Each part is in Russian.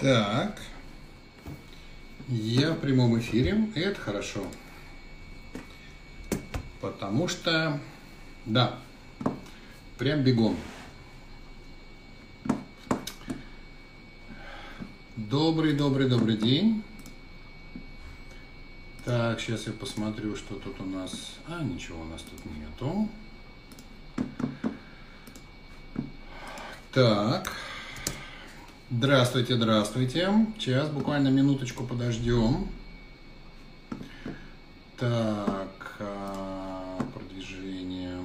Так, я в прямом эфире, и это хорошо, потому что, да, прям бегом. Добрый день. Так, сейчас я посмотрю, что тут у нас. Ничего у нас тут нету. Так. Здравствуйте. Сейчас буквально минуточку подождем. Так, продвижение.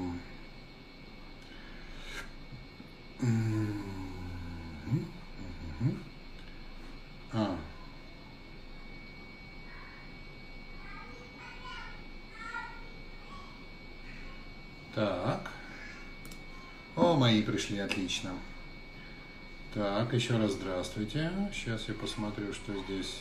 Так. Мои пришли, отлично. Так, еще раз здравствуйте. Сейчас я посмотрю, что здесь.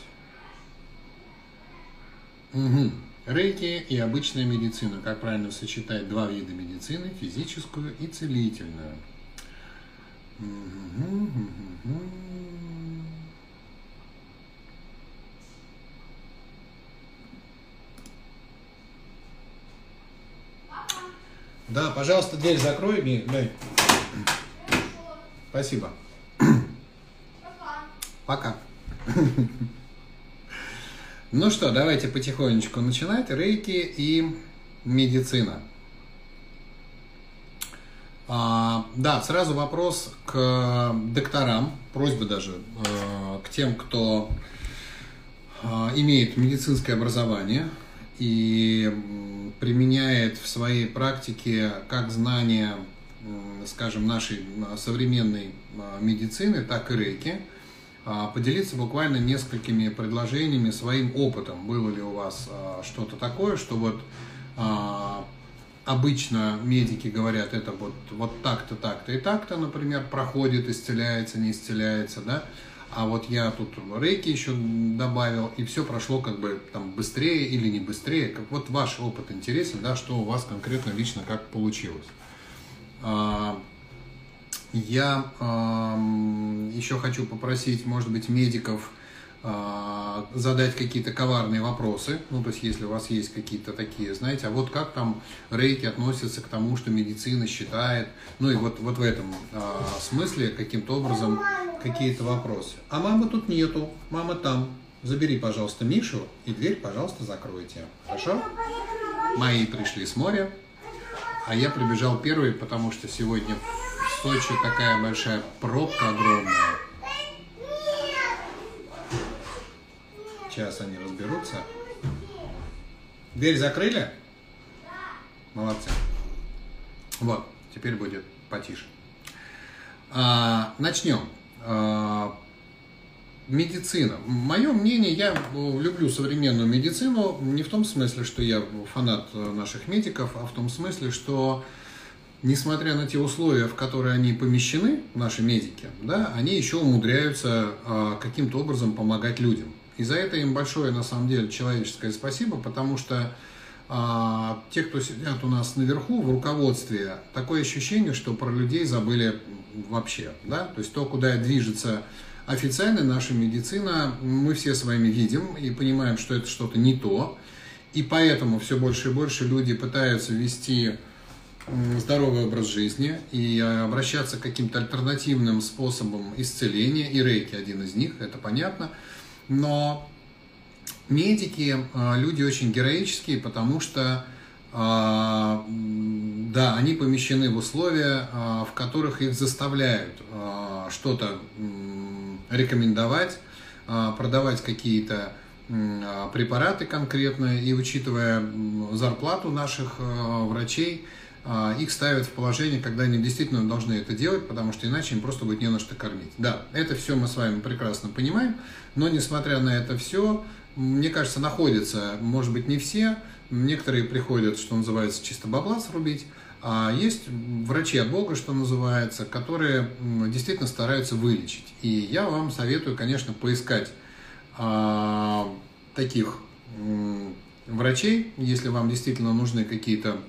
Рейки и обычная медицина. Как правильно сочетать два вида медицины, физическую и целительную. Да, пожалуйста, дверь закрой, дай. Спасибо. Пока. Ну что, давайте потихонечку начинать. Рейки и медицина. Да, сразу вопрос к докторам, просьба даже к тем, кто имеет медицинское образование и применяет в своей практике как знания, скажем, нашей современной медицины, так и рейки, поделиться буквально несколькими предложениями, своим опытом. Было ли у вас что-то такое, что вот обычно медики говорят, это вот так-то, так-то и так-то, например, проходит, исцеляется, не исцеляется, да? А вот я тут рейки еще добавил, и все прошло как бы там быстрее или не быстрее. Вот ваш опыт интересен, да, что у вас конкретно лично как получилось. Я еще хочу попросить, может быть, медиков задать какие-то коварные вопросы. Ну, то есть, если у вас есть какие-то такие, знаете, а вот как там рейки относятся к тому, что медицина считает. Ну, и вот в этом смысле каким-то образом какие-то вопросы. А мамы тут нету, мама там. Забери, пожалуйста, Мишу и дверь, пожалуйста, закройте. Хорошо? Мои пришли с моря, а я прибежал первый, потому что сегодня в Сочи такая большая пробка огромная. Сейчас они разберутся. Дверь закрыли? Молодцы. Вот, теперь будет потише. Начнем. Медицина. Мое мнение, я люблю современную медицину не в том смысле, что я фанат наших медиков, а в том смысле, что несмотря на те условия, в которые они помещены, наши медики, да, они еще умудряются каким-то образом помогать людям. И за это им большое, на самом деле, человеческое спасибо, потому что те, кто сидят у нас наверху, в руководстве, такое ощущение, что про людей забыли вообще. Да? То есть то, куда движется официально наша медицина, мы все с вами видим и понимаем, что это что-то не то. И поэтому все больше и больше люди пытаются вести здоровый образ жизни и обращаться к каким-то альтернативным способам исцеления. И рейки один из них, это понятно. Но медики люди очень героические, потому что да, они помещены в условия, в которых их заставляют что-то рекомендовать, продавать какие-то препараты конкретные, и учитывая зарплату наших врачей, их ставят в положение, когда они действительно должны это делать, потому что иначе им просто будет не на что кормить. Да, это все мы с вами прекрасно понимаем, но несмотря на это все, мне кажется, находятся, может быть, не все, некоторые приходят, что называется, чисто бабла срубить, а есть врачи от Бога, что называется, которые действительно стараются вылечить. И я вам советую, конечно, поискать таких врачей, если вам действительно нужны какие-то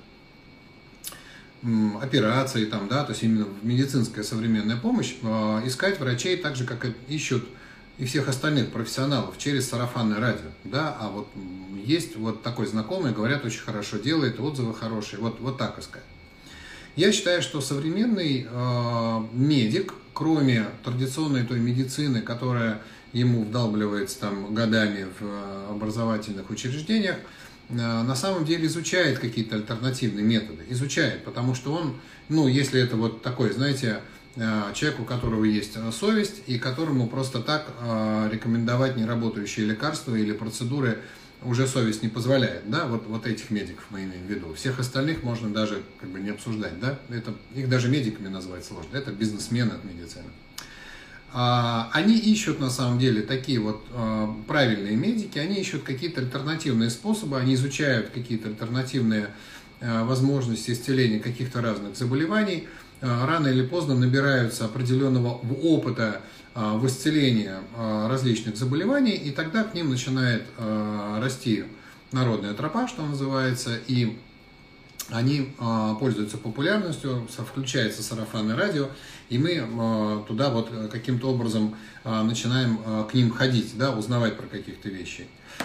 операции, там, да, то есть именно медицинская современная помощь, искать врачей так же, как ищут и всех остальных профессионалов через сарафанное радио, да, а вот есть вот такой знакомый, говорят, очень хорошо делает, отзывы хорошие, вот так искать. Я считаю, что современный медик, кроме традиционной той медицины, которая ему вдалбливается там годами в образовательных учреждениях, на самом деле изучает какие-то альтернативные методы, изучает, потому что он, ну, если это вот такой, знаете, человек, у которого есть совесть, и которому просто так рекомендовать неработающие лекарства или процедуры уже совесть не позволяет, да, вот этих медиков мы имеем в виду. Всех остальных можно даже как бы не обсуждать, да, их даже медиками назвать сложно, это бизнесмены от медицины. Они исчут на самом деле такие вот правильные медики, они ищут какие-то альтернативные способы, они изучают какие-то альтернативные возможности исцеления каких-то разных заболеваний, рано или поздно набираются определенного опыта в исцелении различных заболеваний, и тогда к ним начинает расти народная тропа, что называется, и они пользуются популярностью, включается сарафанное радио, и мы туда вот каким-то образом начинаем к ним ходить, да, узнавать про каких-то вещей.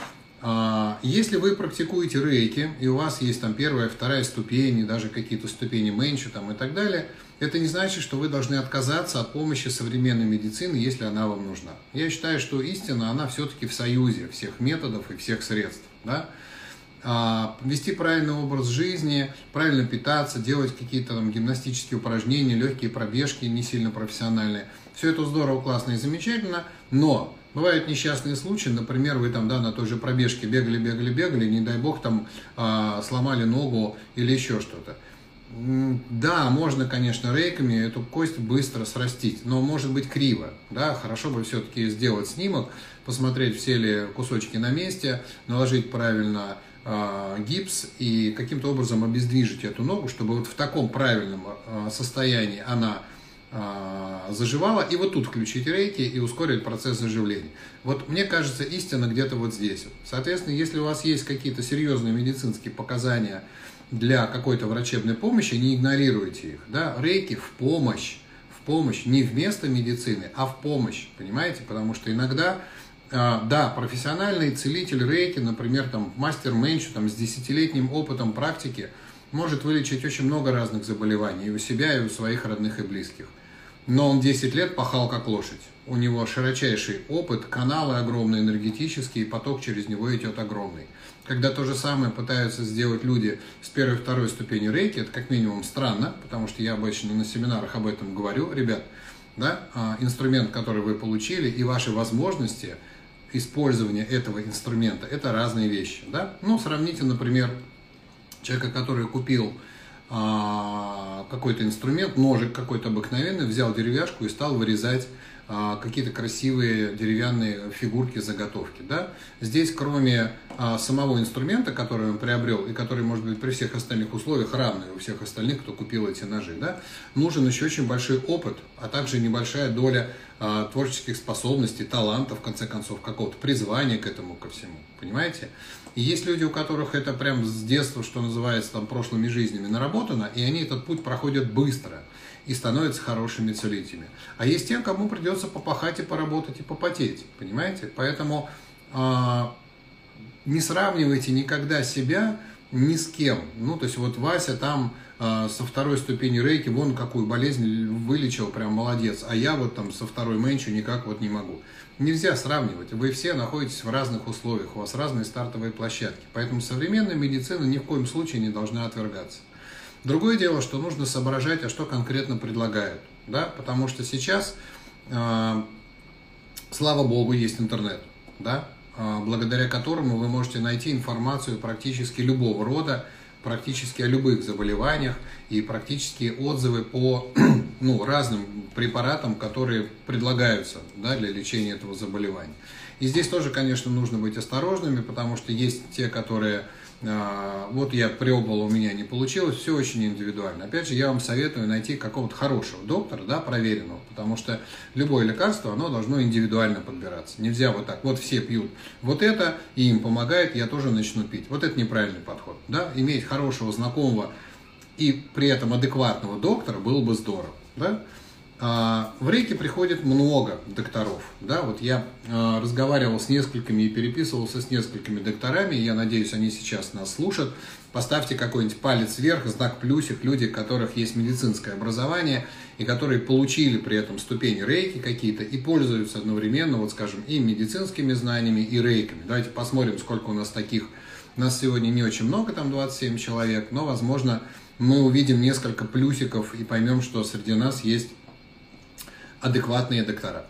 Если вы практикуете рейки, и у вас есть там первая, вторая ступень, и даже какие-то ступени меньше там, и так далее, это не значит, что вы должны отказаться от помощи современной медицины, если она вам нужна. Я считаю, что истина, она все-таки в союзе всех методов и всех средств. Да? Вести правильный образ жизни, правильно питаться, делать какие-то там гимнастические упражнения, легкие пробежки, не сильно профессиональные. Все это здорово, классно и замечательно, но бывают несчастные случаи, например, вы там, да, на той же пробежке бегали, не дай бог, там сломали ногу или еще что-то. Да, можно, конечно, рейками эту кость быстро срастить, но может быть криво, да, хорошо бы все-таки сделать снимок, посмотреть, все ли кусочки на месте, наложить правильно гипс и каким-то образом обездвижить эту ногу, чтобы вот в таком правильном состоянии она заживала, и вот тут включить рейки и ускорить процесс заживления. Вот мне кажется, истина где-то вот здесь. Соответственно, если у вас есть какие-то серьезные медицинские показания для какой-то врачебной помощи, не игнорируйте их. Да? Рейки в помощь, не вместо медицины, а в помощь, понимаете? Потому что иногда, да, профессиональный целитель рейки, например, там, мастер Менчу там, с 10-летним опытом практики, может вылечить очень много разных заболеваний и у себя, и у своих родных и близких. Но он 10 лет пахал как лошадь. У него широчайший опыт, каналы огромные, энергетические, поток через него идет огромный. Когда то же самое пытаются сделать люди с первой и второй ступени рейки, это как минимум странно, потому что я обычно на семинарах об этом говорю. Ребят, да, инструмент, который вы получили, и ваши возможности использования этого инструмента, это разные вещи. Да? Ну, сравните, например, человека, который купил какой-то инструмент, ножик какой-то обыкновенный, взял деревяшку и стал вырезать какие-то красивые деревянные фигурки, заготовки. Да? Здесь, кроме самого инструмента, который он приобрел, и который, может быть, при всех остальных условиях равный у всех остальных, кто купил эти ножи, да, нужен еще очень большой опыт, а также небольшая доля творческих способностей, таланта, в конце концов, какого-то призвания к этому, ко всему. Понимаете? И есть люди, у которых это прям с детства, что называется, там, прошлыми жизнями наработано, и они этот путь проходят быстро и становятся хорошими целителями. А есть те, кому придется попахать и поработать и попотеть. Понимаете? Поэтому не сравнивайте никогда себя ни с кем. Ну, то есть вот Вася там со второй ступени рейки вон какую болезнь вылечил, прям молодец, а я вот там со второй менчу никак вот не могу. Нельзя сравнивать, вы все находитесь в разных условиях, у вас разные стартовые площадки, поэтому современная медицина ни в коем случае не должна отвергаться. Другое дело, что нужно соображать, а что конкретно предлагают, да, потому что сейчас, слава богу, есть интернет, да, благодаря которому вы можете найти информацию практически любого рода, практически о любых заболеваниях и практически отзывы по разным препаратам, которые предлагаются, да, для лечения этого заболевания. И здесь тоже, конечно, нужно быть осторожными, потому что есть те, которые вот я пробовал, у меня не получилось, все очень индивидуально. Опять же, я вам советую найти какого-то хорошего доктора, да, проверенного, потому что любое лекарство, оно должно индивидуально подбираться. Нельзя вот так, вот все пьют вот это, и им помогает, я тоже начну пить. Вот это неправильный подход. Да? Иметь хорошего знакомого и при этом адекватного доктора было бы здорово. Да? В рейки приходит много докторов. Да? Вот я разговаривал с несколькими и переписывался с несколькими докторами. Я надеюсь, они сейчас нас слушают. Поставьте какой-нибудь палец вверх, знак плюсик, люди, у которых есть медицинское образование и которые получили при этом ступени рейки какие-то и пользуются одновременно, вот скажем, и медицинскими знаниями, и рейками. Давайте посмотрим, сколько у нас таких. У нас сегодня не очень много, там 27 человек, но, возможно, мы увидим несколько плюсиков и поймем, что среди нас есть адекватные доктора.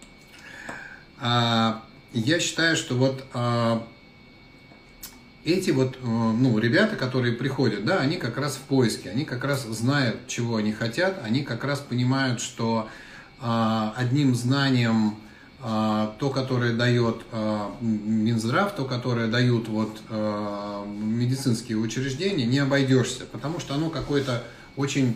Я считаю, что вот эти вот ребята, которые приходят, да, они как раз в поиске, они как раз знают, чего они хотят, они как раз понимают, что одним знанием, то, которое дает Минздрав, то, которое дают вот медицинские учреждения, не обойдешься, потому что оно какое-то очень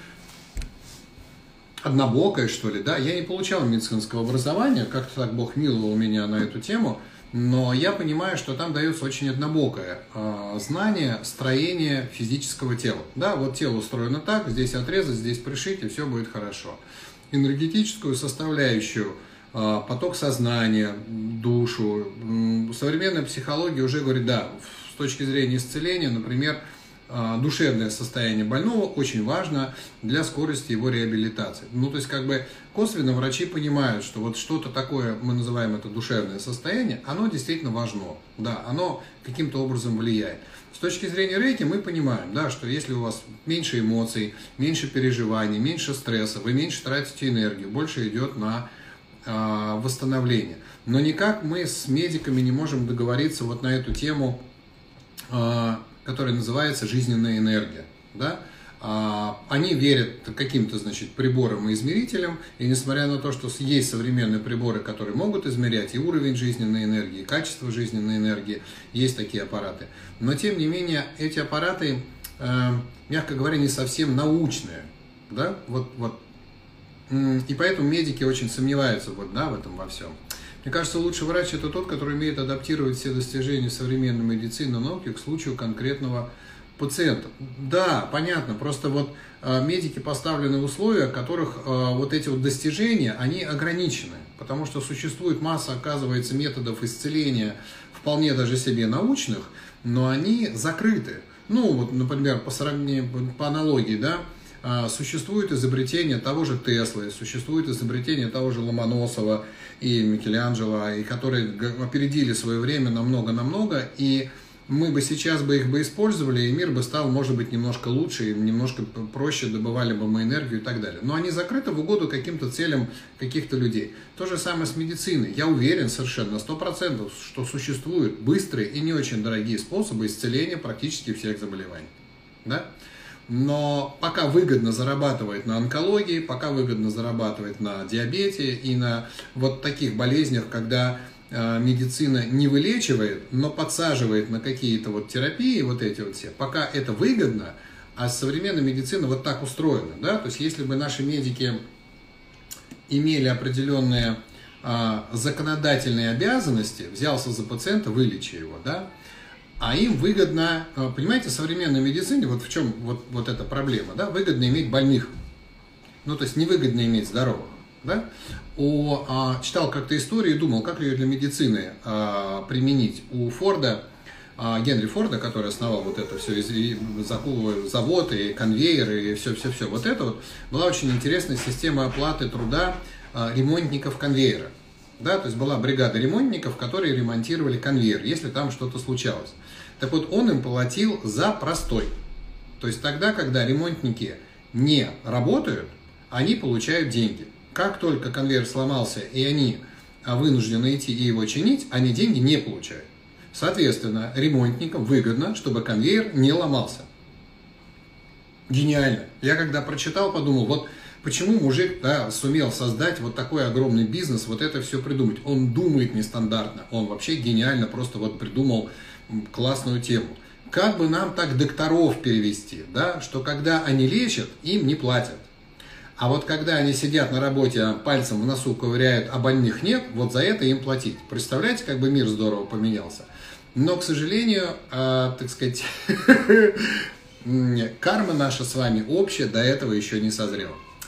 однобокое, что ли, да. Я не получал медицинского образования, как-то так Бог миловал меня на эту тему, но я понимаю, что там дается очень однобокое знание строения физического тела. Да, вот тело устроено так, здесь отрезать, здесь пришить, и все будет хорошо. Энергетическую составляющую, поток сознания, душу. Современная психология уже говорит, да, с точки зрения исцеления, например, душевное состояние больного очень важно для скорости его реабилитации. Ну, то есть, как бы косвенно врачи понимают, что вот что-то такое, мы называем это душевное состояние, оно действительно важно, да, оно каким-то образом влияет. С точки зрения рейки мы понимаем, да, что если у вас меньше эмоций, меньше переживаний, меньше стресса, вы меньше тратите энергию, больше идет на восстановление. Но никак мы с медиками не можем договориться вот на эту тему, которая называется жизненная энергия. Да? Они верят каким-то, значит, приборам и измерителям, и несмотря на то, что есть современные приборы, которые могут измерять и уровень жизненной энергии, и качество жизненной энергии, есть такие аппараты. Но, тем не менее, эти аппараты, мягко говоря, не совсем научные. Да? И поэтому медики очень сомневаются вот, да, в этом во всем. Мне кажется, лучший врач – это тот, который умеет адаптировать все достижения современной медицины и науки к случаю конкретного пациента. Да, понятно, просто вот медики поставлены в условия, в которых вот эти вот достижения, они ограничены, потому что существует масса, оказывается, методов исцеления, вполне даже себе научных, но они закрыты. Ну, вот, например, по аналогии, да, существует изобретение того же Теслы, существует изобретение того же Ломоносова и Микеланджело, и которые опередили свое время намного-намного, и мы бы сейчас их использовали, и мир бы стал, может быть, немножко лучше, и немножко проще добывали бы мы энергию и так далее. Но они закрыты в угоду каким-то целям каких-то людей. То же самое с медициной. Я уверен совершенно, 100%, что существуют быстрые и не очень дорогие способы исцеления практически всех заболеваний. Да? Но пока выгодно зарабатывать на онкологии, пока выгодно зарабатывать на диабете и на вот таких болезнях, когда медицина не вылечивает, но подсаживает на какие-то вот терапии, вот эти вот все, пока это выгодно, а современная медицина вот так устроена, да, то есть если бы наши медики имели определенные законодательные обязанности, взялся за пациента, вылечи его, да, а им выгодно, понимаете, в современной медицине, вот в чем вот эта проблема, да, выгодно иметь больных, ну, то есть невыгодно иметь здоровых, да. Читал как-то историю и думал, как ее для медицины применить. У Форда, Генри Форда, который основал вот это все, завод и конвейеры и все-все-все, вот это вот была очень интересная система оплаты труда ремонтников конвейера. Да, то есть была бригада ремонтников, которые ремонтировали конвейер, если там что-то случалось. Так вот, он им платил за простой. То есть тогда, когда ремонтники не работают, они получают деньги. Как только конвейер сломался, и они вынуждены идти и его чинить, они деньги не получают. Соответственно, ремонтникам выгодно, чтобы конвейер не ломался. Гениально. Я когда прочитал, подумал, вот почему мужик, да, сумел создать вот такой огромный бизнес, вот это все придумать. Он думает нестандартно, он вообще гениально просто вот придумал классную тему. Как бы нам так докторов перевести, да, что когда они лечат, им не платят. А вот когда они сидят на работе, пальцем в носу ковыряют, а больных нет, вот за это им платить. Представляете, как бы мир здорово поменялся. Но, к сожалению, так сказать, карма наша с вами общая до этого еще не созрела.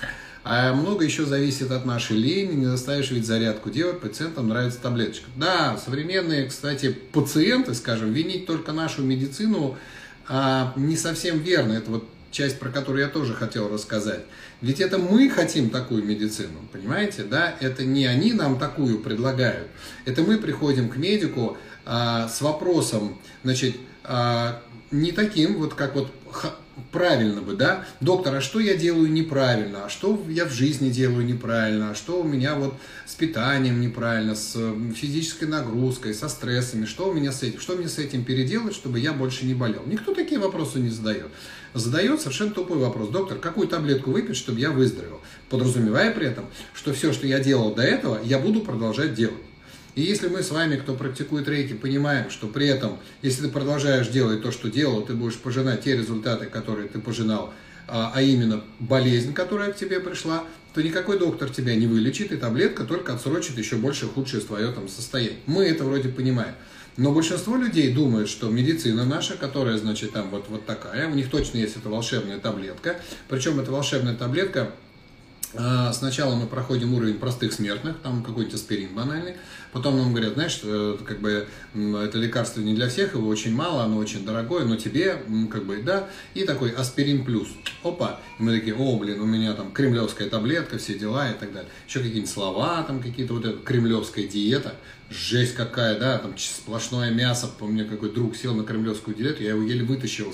А много еще зависит от нашей лени, не заставишь ведь зарядку делать, пациентам нравится таблеточка. Да, современные, кстати, пациенты, скажем, винить только нашу медицину не совсем верно. Это вот часть, про которую я тоже хотел рассказать. Ведь это мы хотим такую медицину, понимаете, да? Это не они нам такую предлагают. Это мы приходим к медику с вопросом, значит, не таким, вот как вот правильно бы, да? Доктор, а что я делаю неправильно? А что я в жизни делаю неправильно? А что у меня вот с питанием неправильно, с физической нагрузкой, со стрессами? Что у меня с этим? Что мне с этим переделать, чтобы я больше не болел? Никто такие вопросы не задает. Задает совершенно тупой вопрос. Доктор, какую таблетку выпить, чтобы я выздоровел? Подразумевая при этом, что все, что я делал до этого, я буду продолжать делать. И если мы с вами, кто практикует рейки, понимаем, что при этом, если ты продолжаешь делать то, что делал, ты будешь пожинать те результаты, которые ты пожинал, а именно болезнь, которая к тебе пришла, то никакой доктор тебя не вылечит, и таблетка только отсрочит еще больше худшее твое там состояние. Мы это вроде понимаем. Но большинство людей думают, что медицина наша, которая, значит, там вот такая, у них точно есть эта волшебная таблетка. Причем эта волшебная таблетка, сначала мы проходим уровень простых смертных, там какой-то аспирин банальный, потом нам говорят, знаешь, как бы это лекарство не для всех, его очень мало, оно очень дорогое, но тебе, как бы, да, и такой аспирин плюс, опа, и мы такие, о, блин, у меня там кремлевская таблетка, все дела и так далее, еще какие-нибудь слова, там какие-то вот эта кремлевская диета, жесть какая, да, там сплошное мясо, у меня какой друг сел на кремлевскую диету, я его еле вытащил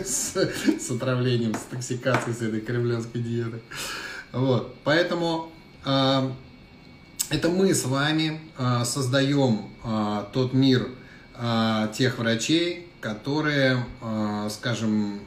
с отравлением, с токсикацией с этой кремлевской диеты. Вот, поэтому это мы с вами создаем тот мир тех врачей, которые, скажем,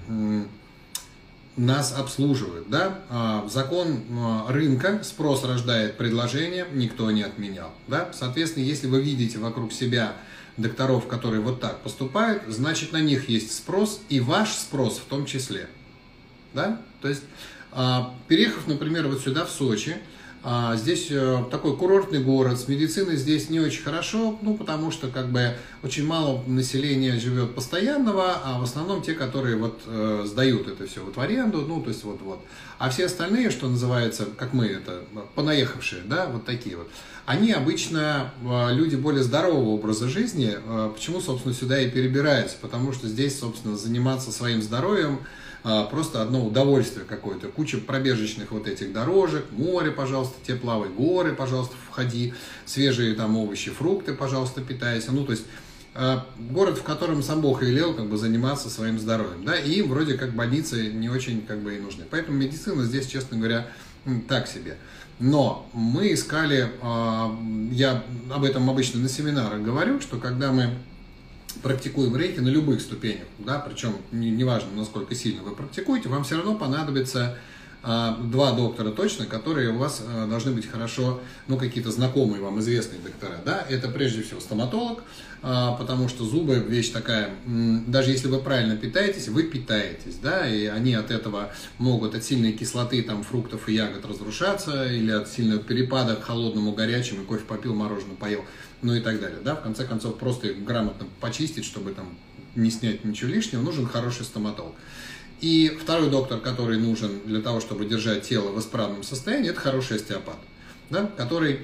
нас обслуживают, да? Закон рынка, спрос рождает предложение, никто не отменял, да? Соответственно, если вы видите вокруг себя докторов, которые вот так поступают, значит, на них есть спрос, и ваш спрос в том числе, да? То есть переехав, например, вот сюда, в Сочи, здесь такой курортный город, с медициной здесь не очень хорошо, ну, потому что, как бы, очень мало населения живет постоянного, а в основном те, которые вот сдают это все вот в аренду, ну, то есть вот. А все остальные, что называется, как мы это, понаехавшие, да, вот такие вот, они обычно люди более здорового образа жизни, почему, собственно, сюда и перебираются, потому что здесь, собственно, заниматься своим здоровьем просто одно удовольствие какое-то. Куча пробежечных вот этих дорожек, море, пожалуйста, тебе плавай, горы, пожалуйста, входи, свежие там овощи, фрукты, пожалуйста, питайся. Ну, то есть город, в котором сам Бог велел как бы заниматься своим здоровьем, да, и им вроде как больницы не очень как бы и нужны. Поэтому медицина здесь, честно говоря, так себе. Но мы искали, я об этом обычно на семинарах говорю, что когда мы практикуем рейки на любых ступенях, да, причем неважно, насколько сильно вы практикуете, вам все равно понадобится два доктора точно, которые у вас должны быть хорошо, ну, какие-то знакомые вам, известные доктора, да, это прежде всего стоматолог, потому что зубы вещь такая, даже если вы правильно питаетесь, вы питаетесь, да, и они от этого могут, от сильной кислоты, там, фруктов и ягод разрушаться, или от сильного перепада к холодному, горячему, кофе попил, мороженое поел, ну и так далее, да, в конце концов, просто их грамотно почистить, чтобы там не снять ничего лишнего, нужен хороший стоматолог. И второй доктор, который нужен для того, чтобы держать тело в исправном состоянии, это хороший остеопат, да, который...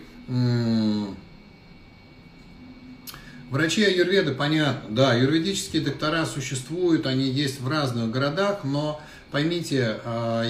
Врачи аюрведы, понятно, да, аюрведические доктора существуют, они есть в разных городах, но поймите,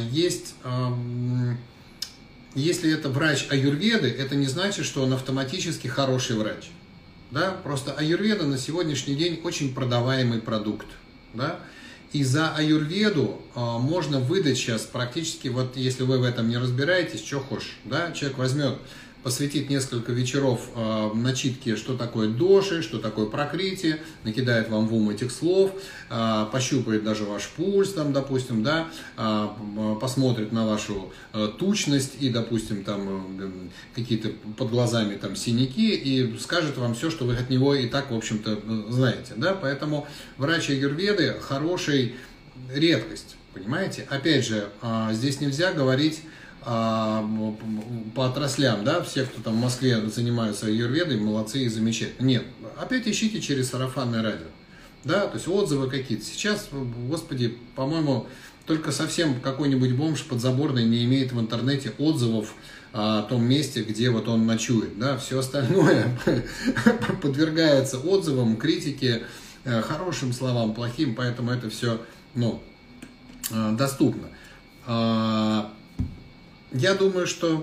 если это врач аюрведы, это не значит, что он автоматически хороший врач, да, просто аюрведа на сегодняшний день очень продаваемый продукт, да. И за аюрведу можно выдать сейчас практически, вот если вы в этом не разбираетесь, что хочешь, да, человек возьмет, посвятит несколько вечеров начитке, что такое доши, что такое пракрити, накидает вам в ум этих слов, пощупает даже ваш пульс, там, допустим, да, посмотрит на вашу тучность и, допустим, там какие-то под глазами там синяки и скажет вам все, что вы от него и так, в общем-то, знаете, да, поэтому врач аюрведы хороший редкость, понимаете? Опять же, здесь нельзя говорить по отраслям, да, все, кто там в Москве занимаются аюрведой, молодцы и замечательно. Нет, опять ищите через сарафанное радио, да, то есть отзывы какие-то. Сейчас, господи, по-моему, только совсем какой-нибудь бомж подзаборный не имеет в интернете отзывов о том месте, где вот он ночует. Да? Все остальное подвергается отзывам, критике, хорошим словам, плохим, поэтому это все доступно. Я думаю, что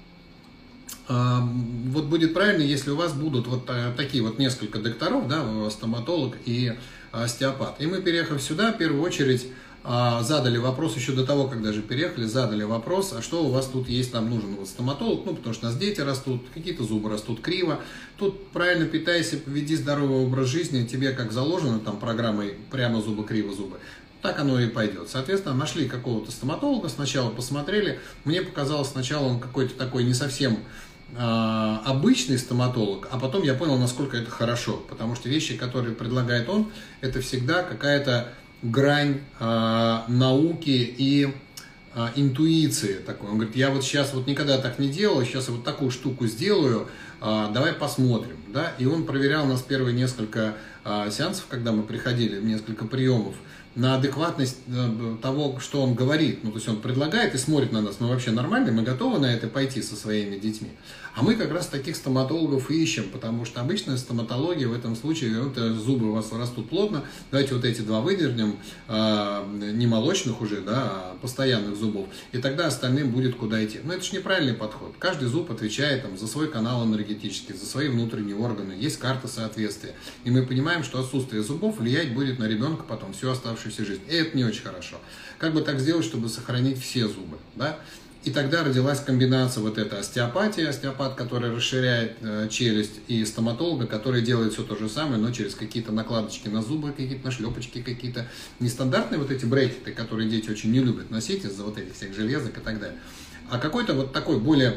вот будет правильно, если у вас будут вот такие вот несколько докторов, да, стоматолог и остеопат. И мы, переехав сюда, в первую очередь задали вопрос, еще до того, как даже переехали, задали вопрос, а что у вас тут есть, нам нужен вот стоматолог, потому что у нас дети растут, какие-то зубы растут криво. Тут правильно питайся, веди здоровый образ жизни, тебе как заложено там программой прямо зубы, криво зубы. Так оно и пойдет. Соответственно, нашли какого-то стоматолога, сначала посмотрели. Мне показалось, сначала он какой-то такой не совсем обычный стоматолог, а потом я понял, насколько это хорошо. Потому что вещи, которые предлагает он, это всегда какая-то грань науки и интуиции такой. Он говорит, я вот сейчас вот никогда так не делал, сейчас я вот такую штуку сделаю, давай посмотрим. Да? И он проверял нас первые несколько сеансов, когда мы приходили, несколько приемов, на адекватность того, что он говорит. Ну, то есть он предлагает и смотрит на нас, мы вообще нормальные, мы готовы на это пойти со своими детьми. А мы как раз таких стоматологов и ищем, потому что обычная стоматология в этом случае, вот, зубы у вас растут плотно, давайте вот эти два выдернем, не молочных уже, да, а постоянных зубов, и тогда остальным будет куда идти. Но это же неправильный подход. Каждый зуб отвечает там, за свой канал энергетический, за свои внутренние органы, есть карта соответствия. И мы понимаем, что отсутствие зубов влиять будет на ребенка потом всю оставшуюся жизнь. И это не очень хорошо. Как бы так сделать, чтобы сохранить все зубы, да? И тогда родилась комбинация вот этой остеопатии, остеопат, который расширяет челюсть, и стоматолога, который делает все то же самое, но через какие-то накладочки на зубы, какие-то нашлепочки, какие-то нестандартные вот эти брекеты, которые дети очень не любят носить из-за вот этих всех железок и так далее. А какой-то вот такой более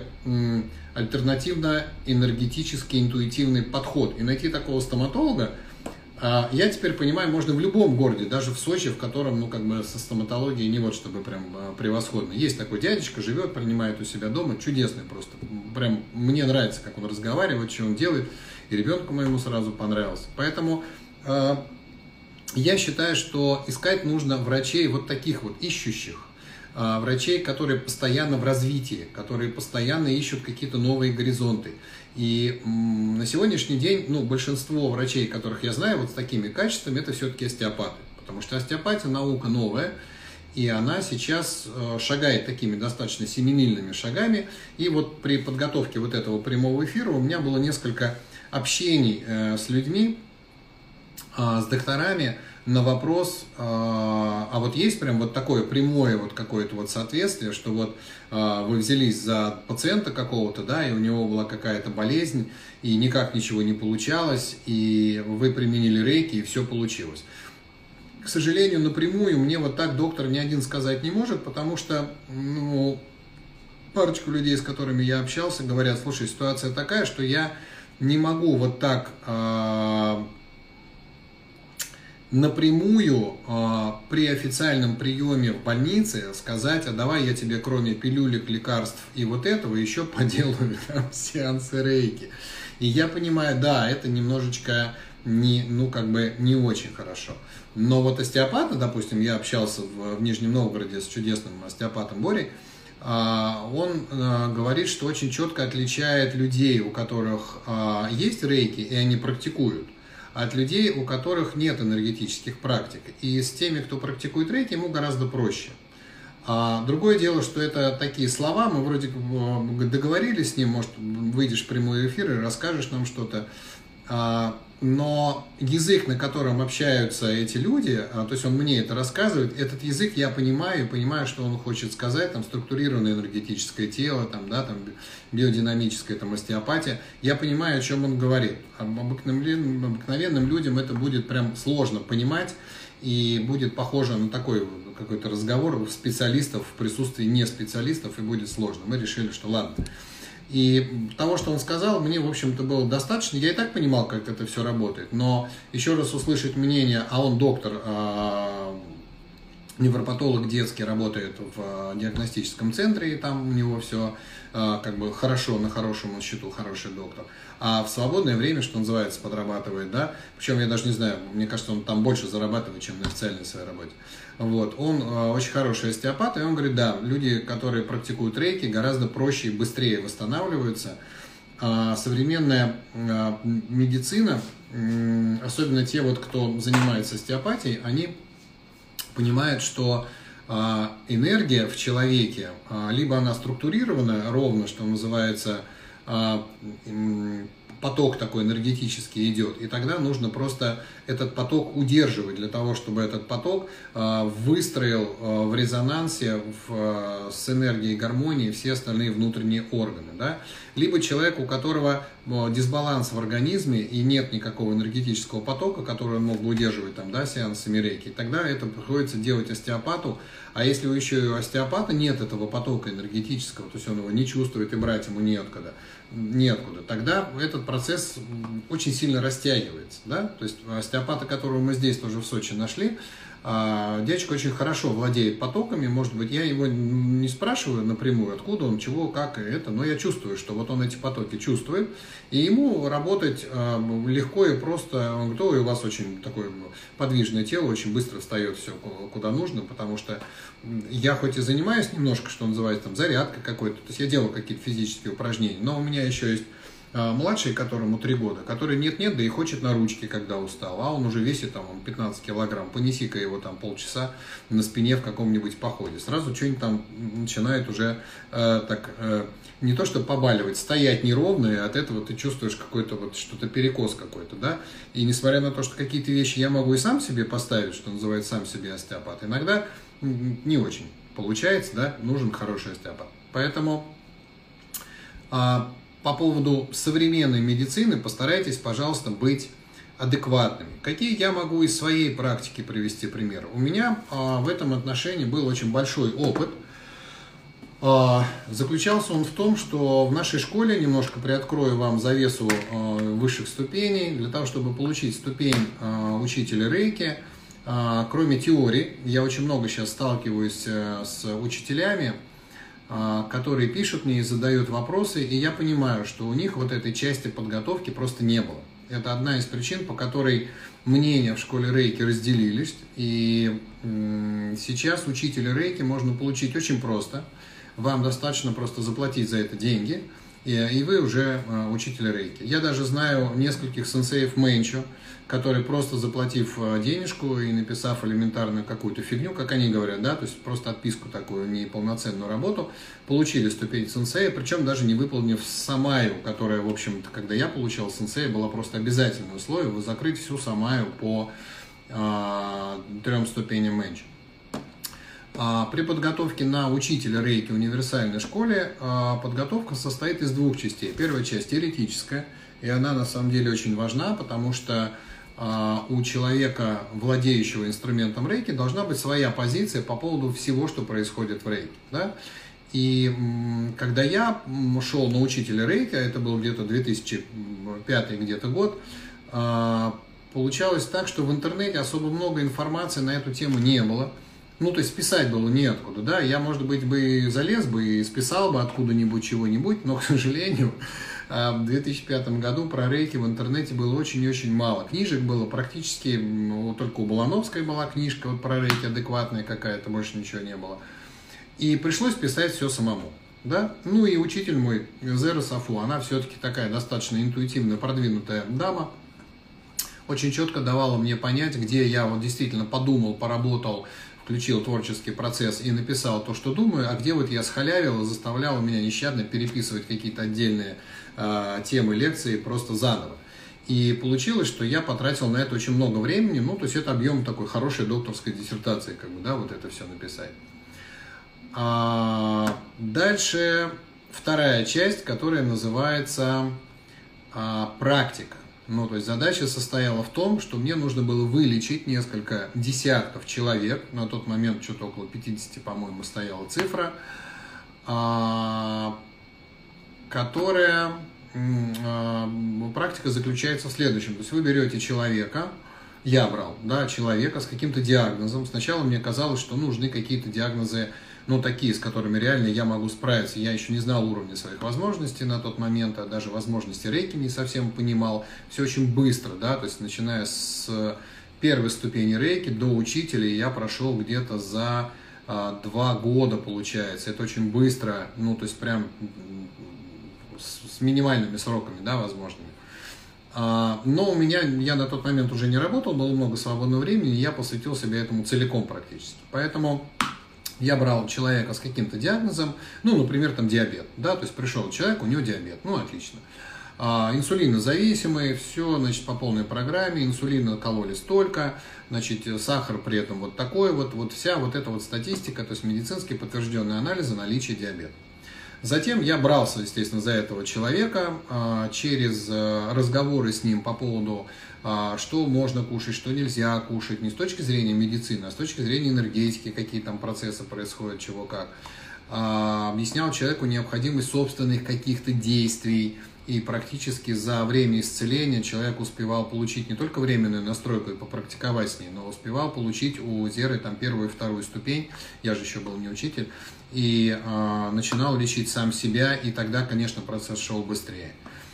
альтернативно-энергетический, интуитивный подход. И найти такого стоматолога, я теперь понимаю, можно в любом городе, даже в Сочи, в котором, ну, как бы со стоматологией не вот чтобы прям превосходно. Есть такой дядечка, живет, принимает у себя дома, чудесный просто. Прям мне нравится, как он разговаривает, что он делает, и ребенку моему сразу понравился. Поэтому я считаю, что искать нужно врачей вот таких вот ищущих, врачей, которые постоянно в развитии, которые постоянно ищут какие-то новые горизонты. И на сегодняшний день, ну, большинство врачей, которых я знаю, вот с такими качествами, это все-таки остеопаты. Потому что остеопатия наука новая, и она сейчас шагает такими достаточно семимильными шагами. И вот при подготовке вот этого прямого эфира у меня было несколько общений с людьми, с докторами, на вопрос, а вот есть прям вот такое прямое вот какое-то вот соответствие, что вот вы взялись за пациента какого-то, да, и у него была какая-то болезнь, и никак ничего не получалось, и вы применили рейки, и все получилось. К сожалению, напрямую мне вот так доктор ни один сказать не может, потому что, ну, парочку людей, с которыми я общался, говорят, слушай, ситуация такая, что я не могу вот так напрямую при официальном приеме в больнице сказать, а давай я тебе кроме пилюлек, лекарств и вот этого еще поделаю там сеансы рейки. И я понимаю, да, это немножечко не очень хорошо. Но вот остеопата, допустим, я общался в Нижнем Новгороде с чудесным остеопатом Борей, он говорит, что очень четко отличает людей, у которых есть рейки, и они практикуют, от людей, у которых нет энергетических практик. И с теми, кто практикует рейки, ему гораздо проще. Другое дело, что это такие слова, мы вроде договорились с ним, может, выйдешь в прямой эфир и расскажешь нам что-то, но язык, на котором общаются эти люди, то есть он мне это рассказывает, этот язык я понимаю, что он хочет сказать, там структурированное энергетическое тело, там, да, там, биодинамическая там, остеопатия, я понимаю, о чем он говорит. Обыкновенным людям это будет прям сложно понимать, и будет похоже на такой какой-то разговор специалистов в присутствии не специалистов, и будет сложно. Мы решили, что ладно. И того, что он сказал, мне, в общем-то, было достаточно. Я и так понимал, как это все работает. Но еще раз услышать мнение, а он доктор невропатолог детский работает в диагностическом центре, и там у него все как бы хорошо, на хорошем счету, хороший доктор. А в свободное время, что называется, подрабатывает, да, причем я даже не знаю, мне кажется, он там больше зарабатывает, чем на официальной своей работе. Вот, он очень хороший остеопат, и он говорит, да, люди, которые практикуют рейки, гораздо проще и быстрее восстанавливаются. А современная медицина, особенно те, вот, кто занимается остеопатией, они понимают, что энергия в человеке, либо она структурирована ровно, что называется, поток такой энергетический идет, и тогда нужно просто этот поток удерживать для того, чтобы этот поток выстроил в резонансе с энергией гармонии все остальные внутренние органы. Да? Либо человек, у которого дисбаланс в организме и нет никакого энергетического потока, который он мог бы удерживать там, да, сеансами рейки, тогда это приходится делать остеопату. А если еще и у остеопата нет этого потока энергетического, то есть он его не чувствует и брать ему неоткуда, тогда этот процесс очень сильно растягивается. Да? То есть остеопата, которого мы здесь тоже в Сочи нашли, дядечка очень хорошо владеет потоками, может быть, я его не спрашиваю напрямую, откуда он, чего, как и это, но я чувствую, что вот он эти потоки чувствует, и ему работать легко и просто. Он говорит, ой, у вас очень такое подвижное тело, очень быстро встает все куда нужно, потому что я хоть и занимаюсь немножко, что называется, там, зарядкой какой-то, то есть я делаю какие-то физические упражнения, но у меня еще есть младший, которому 3 года, который нет-нет, да и хочет на ручки, когда устал, а он уже весит там 15 килограмм, понеси-ка его там полчаса на спине в каком-нибудь походе. Сразу что-нибудь там начинает уже не то что побаливать, стоять неровно, и от этого ты чувствуешь какой-то вот что-то перекос какой-то, да, и несмотря на то, что какие-то вещи я могу и сам себе поставить, что называется, сам себе остеопат, иногда не очень получается, да, нужен хороший остеопат. Поэтому по поводу современной медицины постарайтесь, пожалуйста, быть адекватными. Какие я могу из своей практики привести пример? У меня в этом отношении был очень большой опыт. Заключался он в том, что в нашей школе, немножко приоткрою вам завесу высших ступеней, для того, чтобы получить ступень учителя рейки, кроме теории, я очень много сейчас сталкиваюсь с учителями, которые пишут мне и задают вопросы, и я понимаю, что у них вот этой части подготовки просто не было. Это одна из причин, по которой мнения в школе рейки разделились, и сейчас учителя рейки можно получить очень просто. Вам достаточно просто заплатить за это деньги, и вы уже учитель рейки. Я даже знаю нескольких сенсеев Мэнчо, которые просто заплатив денежку и написав элементарную какую-то фигню, как они говорят, да, то есть просто отписку такую, неполноценную работу, получили ступень сенсея, причем даже не выполнив самаю, которая, в общем-то, когда я получал сенсея, была просто обязательное условие, закрыть всю самаю по 3 ступеням Мэнчо. При подготовке на учителя рейки в универсальной школе подготовка состоит из 2 частей. Первая часть теоретическая, и она на самом деле очень важна, потому что у человека, владеющего инструментом рейки, должна быть своя позиция по поводу всего, что происходит в рейке. Да? И когда я шел на учителя рейки, а это был где-то 2005 где-то год, получалось так, что в интернете особо много информации на эту тему не было. Ну, то есть писать было неоткуда, да, я, может быть, бы залез бы и списал бы откуда-нибудь чего-нибудь, но, к сожалению, в 2005 году про рейки в интернете было очень и очень мало. Книжек было практически, только у Балановской была книжка вот про рейки адекватная какая-то, больше ничего не было. И пришлось писать все самому, да. Ну и учитель мой, Зера Сафу, она все-таки такая достаточно интуитивно продвинутая дама, очень четко давала мне понять, где я вот действительно подумал, поработал, включил творческий процесс и написал то, что думаю, а где вот я схалявил и заставлял меня нещадно переписывать какие-то отдельные темы лекции просто заново. И получилось, что я потратил на это очень много времени, ну, то есть это объем такой хорошей докторской диссертации, как бы, да, вот это все написать. Дальше вторая часть, которая называется практика. Ну, то есть задача состояла в том, что мне нужно было вылечить несколько десятков человек, на тот момент что-то около 50, по-моему, стояла цифра, которая, практика заключается в следующем. То есть вы берете человека, я брал, да, человека с каким-то диагнозом. Сначала мне казалось, что нужны какие-то диагнозы, ну, такие, с которыми реально я могу справиться. Я еще не знал уровня своих возможностей на тот момент, а даже возможности рейки не совсем понимал. Все очень быстро, да, то есть начиная с первой ступени рейки до учителя я прошел где-то за 2 года, получается. Это очень быстро, ну, то есть прям с минимальными сроками, да, возможными. Но у меня, я на тот момент уже не работал, было много свободного времени, и я посвятил себя этому целиком практически. Поэтому я брал человека с каким-то диагнозом, ну, например, там диабет, да, то есть пришел человек, у него диабет, ну, отлично. Инсулинозависимый, все, значит, по полной программе, инсулина кололи столько, значит, сахар при этом вот такой, вот вся вот эта вот статистика, то есть медицински подтвержденные анализы наличия диабета. Затем я брался, естественно, за этого человека через разговоры с ним по поводу, что можно кушать, что нельзя кушать, не с точки зрения медицины, а с точки зрения энергетики, какие там процессы происходят, чего как. Объяснял человеку необходимость собственных каких-то действий, и практически за время исцеления человек успевал получить не только временную настройку и попрактиковать с ней, но успевал получить у Зеры там 1-ю и 2-ю ступень, я же еще был не учитель, и начинал лечить сам себя, и тогда, конечно, процесс шел быстрее.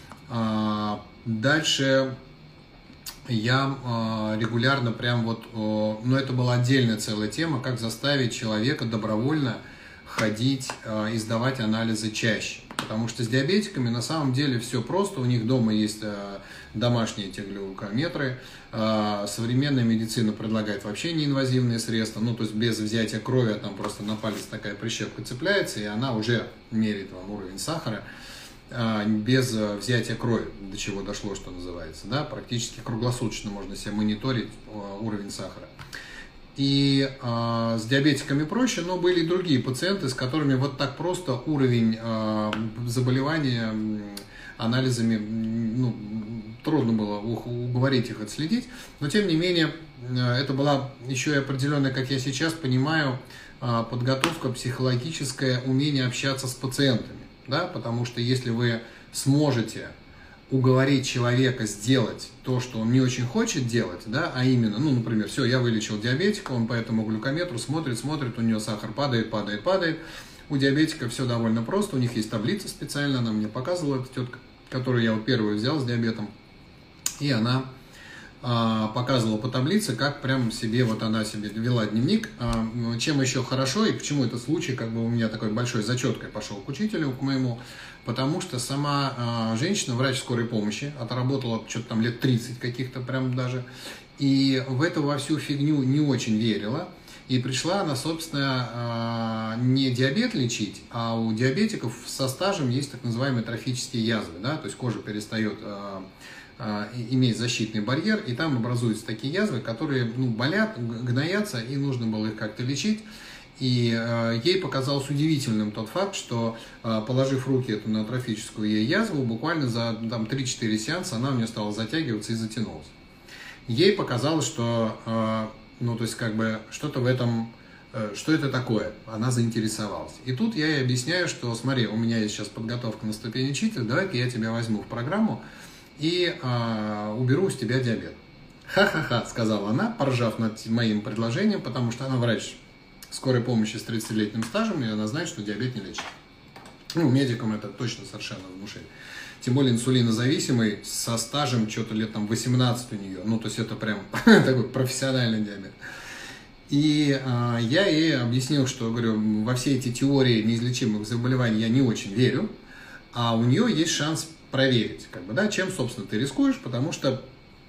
Дальше я регулярно прям вот, ну это была отдельная целая тема, как заставить человека добровольно ходить и сдавать анализы чаще. Потому что с диабетиками на самом деле все просто, у них дома есть домашние эти глюкометры, современная медицина предлагает вообще неинвазивные средства, ну то есть без взятия крови, там просто на палец такая прищепка цепляется, и она уже меряет вам уровень сахара, без взятия крови, до чего дошло, что называется, да, практически круглосуточно можно себе мониторить уровень сахара. И с диабетиками проще, но были и другие пациенты, с которыми вот так просто уровень заболевания анализами, ну, трудно было уговорить их отследить. Но тем не менее, это была еще и определенная, как я сейчас понимаю, подготовка психологическая, умение общаться с пациентами. Да? Потому что если вы сможете уговорить человека сделать то, что он не очень хочет делать, да, а именно, ну, например, все, я вылечил диабетика, он по этому глюкометру смотрит, у него сахар падает, у диабетика все довольно просто, у них есть таблица специально, она мне показывала, эта тетка, которую я вот первую взял с диабетом, и она показывала по таблице, как прям себе, вот она себе вела дневник, чем еще хорошо и почему этот случай, как бы у меня такой большой зачеткой пошел к учителю, к моему, потому что сама женщина, врач скорой помощи, отработала что-то там лет 30 каких-то прям даже, и в эту во всю фигню не очень верила, и пришла она, собственно, не диабет лечить, а у диабетиков со стажем есть так называемые трофические язвы, да, то есть кожа перестает иметь защитный барьер, и там образуются такие язвы, которые, ну, болят, гноятся, и нужно было их как-то лечить. И ей показалось удивительным тот факт, что, положив руки эту на трофическую ей язву, буквально за 3-4 сеанса она у нее стала затягиваться и затянулась. Ей показалось, что, ну, то есть, как бы, что-то в этом, что это такое, она заинтересовалась. И тут я ей объясняю, что, смотри, у меня есть сейчас подготовка на ступень учителя, давай-ка я тебя возьму в программу и уберу с тебя диабет. Ха-ха-ха, сказала она, поржав над моим предложением, потому что она врач скорой помощи с 30-летним стажем, и она знает, что диабет не лечит. Ну, медикам это точно совершенно внушили. Тем более инсулинозависимый, со стажем что-то лет там 18 у нее. Ну, то есть это прям такой профессиональный диабет. И я ей объяснил, что, говорю, во все эти теории неизлечимых заболеваний я не очень верю, а у нее есть шанс проверить, как бы, да, чем, собственно, ты рискуешь, потому что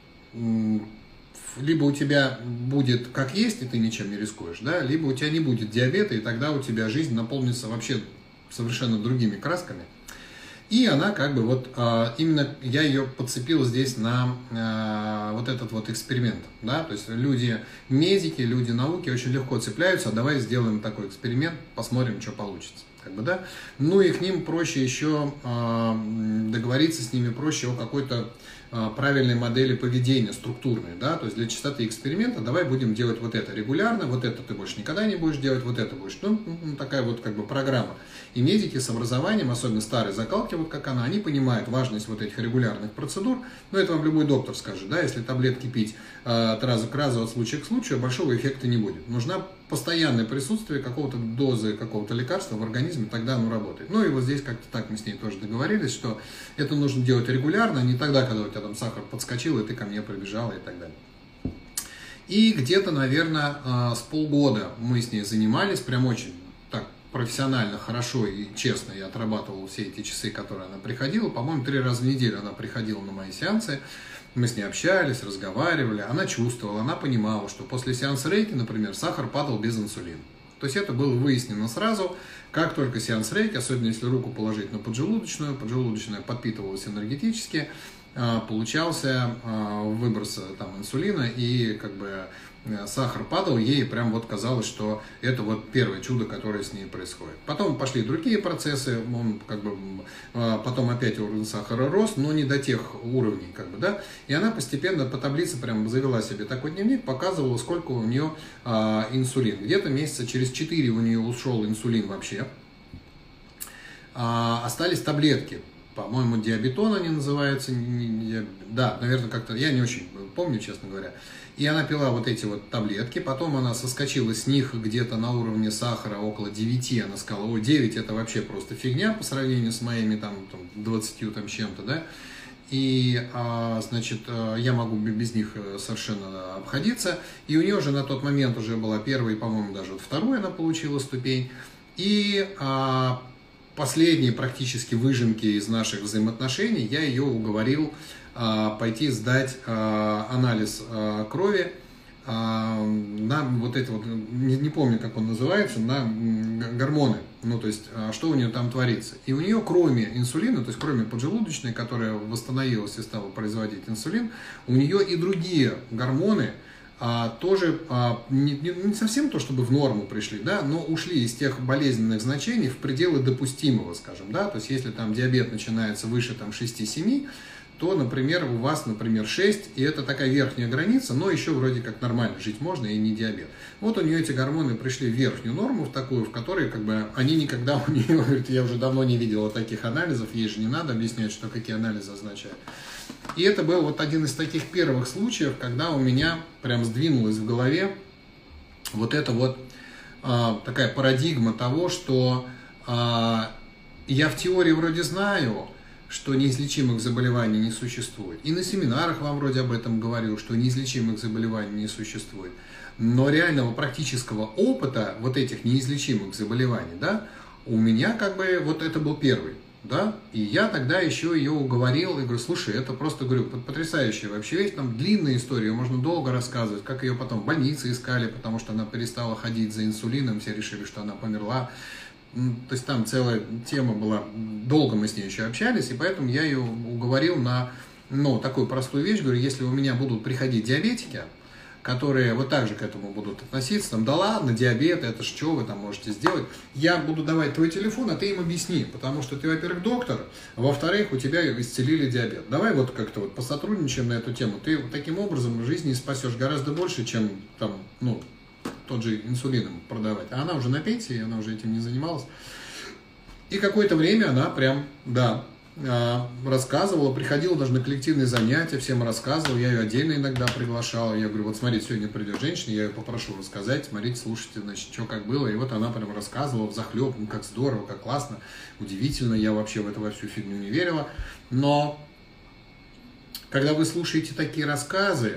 либо у тебя будет как есть, и ты ничем не рискуешь, да, либо у тебя не будет диабета, и тогда у тебя жизнь наполнится вообще совершенно другими красками. И она как бы вот, именно я ее подцепил здесь на вот этот вот эксперимент, да, то есть люди, медики, люди науки очень легко цепляются, а давай сделаем такой эксперимент, посмотрим, что получится. Как бы, да? Ну и к ним проще еще договориться с ними проще о какой-то правильные модели поведения, структурные, да, то есть для частоты эксперимента давай будем делать вот это регулярно, вот это ты больше никогда не будешь делать, вот это будешь, ну, такая вот как бы программа. И медики с образованием, особенно старые закалки, вот как она, они понимают важность вот этих регулярных процедур, но это вам любой доктор скажет, да, если таблетки пить от раза к разу, от случая к случаю, большого эффекта не будет. Нужна постоянное присутствие какого-то дозы, какого-то лекарства в организме, тогда оно работает. Ну и вот здесь как-то так мы с ней тоже договорились, что это нужно делать регулярно, а не тогда, когда у тебя там сахар подскочил, и ты ко мне прибежала и так далее. И где-то, наверное, с полгода мы с ней занимались, прям очень так профессионально, хорошо и честно я отрабатывал все эти часы, которые она приходила. По-моему, 3 раза в неделю она приходила на мои сеансы. Мы с ней общались, разговаривали, она чувствовала, она понимала, что после сеанса рейки, например, сахар падал без инсулина. То есть это было выяснено сразу, как только сеанс рейки, особенно если руку положить на поджелудочную, поджелудочная подпитывалась энергетически, получался выброс там инсулина, и как бы сахар падал, ей прям вот казалось, что это вот первое чудо, которое с ней происходит. Потом пошли другие процессы, он как бы потом опять уровень сахара рос, но не до тех уровней, как бы, да, и она постепенно по таблице прям завела себе такой дневник, показывала, сколько у нее инсулин. Где-то месяца через 4 у нее ушел инсулин вообще, остались таблетки. По-моему, диабетон они называются, да, наверное, как-то, я не очень помню, честно говоря. И она пила вот эти вот таблетки, потом она соскочила с них где-то на уровне сахара около 9, она сказала, о, 9 это вообще просто фигня по сравнению с моими там 20 там чем-то, да. И, значит, я могу без них совершенно обходиться. И у нее уже на тот момент уже была первая, по-моему, даже вот вторую она получила ступень. И последние практически выжимки из наших взаимоотношений я ее уговорил пойти сдать анализ крови на вот это вот, не помню, как он называется, на гормоны, ну, то есть, что у нее там творится. И у нее, кроме инсулина, то есть, кроме поджелудочной, которая восстановилась и стала производить инсулин, у нее и другие гормоны тоже не совсем то, чтобы в норму пришли, да, но ушли из тех болезненных значений в пределы допустимого, скажем, да, то есть, если там диабет начинается выше там 6-7, то, например, у вас, например, 6, и это такая верхняя граница, но еще вроде как нормально жить можно и не диабет. Вот у нее эти гормоны пришли в верхнюю норму, в такую, в которой как бы они никогда у нее, говорит, я уже давно не видела таких анализов, ей же не надо объяснять, что какие анализы означают. И это был вот один из таких первых случаев, когда у меня прям сдвинулось в голове вот эта вот такая парадигма того, что я в теории вроде знаю, что неизлечимых заболеваний не существует. И на семинарах вам вроде об этом говорил, что неизлечимых заболеваний не существует. Но реального практического опыта вот этих неизлечимых заболеваний, да, у меня как бы вот это был первый. Да? И я тогда еще ее уговорил и говорю, слушай, это просто, говорю, потрясающая вообще вещь, там длинная история, можно долго рассказывать, как ее потом в больнице искали, потому что она перестала ходить за инсулином, все решили, что она померла. То есть там целая тема была, долго мы с ней еще общались, и поэтому я ее уговорил на, ну, такую простую вещь, говорю, если у меня будут приходить диабетики, которые вот так же к этому будут относиться, там, да ладно, диабет, это ж что вы там можете сделать, я буду давать твой телефон, а ты им объясни, потому что ты, во-первых, доктор, а во-вторых, у тебя исцелили диабет. Давай вот как-то вот посотрудничаем на эту тему, ты таким образом в жизни спасешь гораздо больше, чем там, ну, тот же инсулином продавать. А она уже на пенсии, она уже этим не занималась. И какое-то время она прям, да, рассказывала, приходила даже на коллективные занятия, всем рассказывала, я ее отдельно иногда приглашал. Я говорю, вот смотрите, сегодня придет женщина, я ее попрошу рассказать, смотрите, слушайте, значит, что как было. И вот она прям рассказывала взахлеб, ну как здорово, как классно, удивительно, я вообще в эту во всю фигню не верила. Но когда вы слушаете такие рассказы,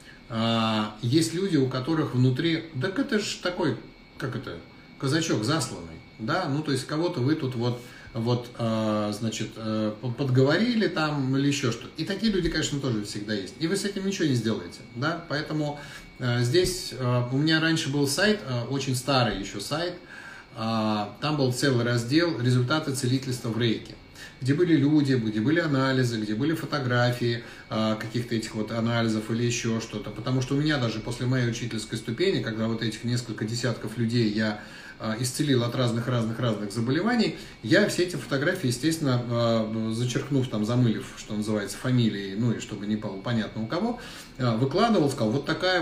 есть люди, у которых внутри, так это же такой, как это, казачок засланный, да, ну то есть кого-то вы тут вот, значит, подговорили там или еще что. И такие люди, конечно, тоже всегда есть. И вы с этим ничего не сделаете, да, поэтому здесь у меня раньше был сайт, очень старый еще сайт, там был целый раздел «Результаты целительства в рейке», где были люди, где были анализы, где были фотографии каких-то этих вот анализов или еще что-то. Потому что у меня даже после моей учительской ступени, когда вот этих несколько десятков людей я исцелил от разных заболеваний, я все эти фотографии, естественно, зачеркнув, там, замылив, что называется, фамилией, ну и чтобы не было понятно у кого, выкладывал, сказал, вот такая,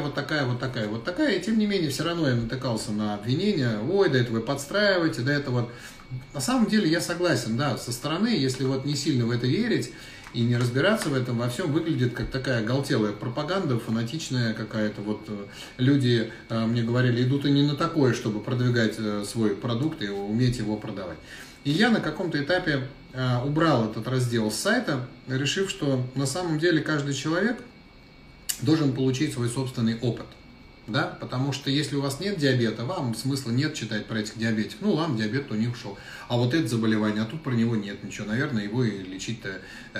и тем не менее, все равно я натыкался на обвинения, ой, да это вы подстраиваете, да это вот. На самом деле я согласен, да, со стороны, если вот не сильно в это верить и не разбираться в этом, во всем выглядит как такая оголтелая пропаганда, фанатичная какая-то. Вот люди, мне говорили, идут и не на такое, чтобы продвигать свой продукт и уметь его продавать. И я на каком-то этапе убрал этот раздел с сайта, решив, что на самом деле каждый человек должен получить свой собственный опыт. Да? Потому что если у вас нет диабета, вам смысла нет читать про этих диабетиков. Ну ладно, диабет у них ушел. А вот это заболевание, а тут про него нет ничего. Наверное, его и лечить-то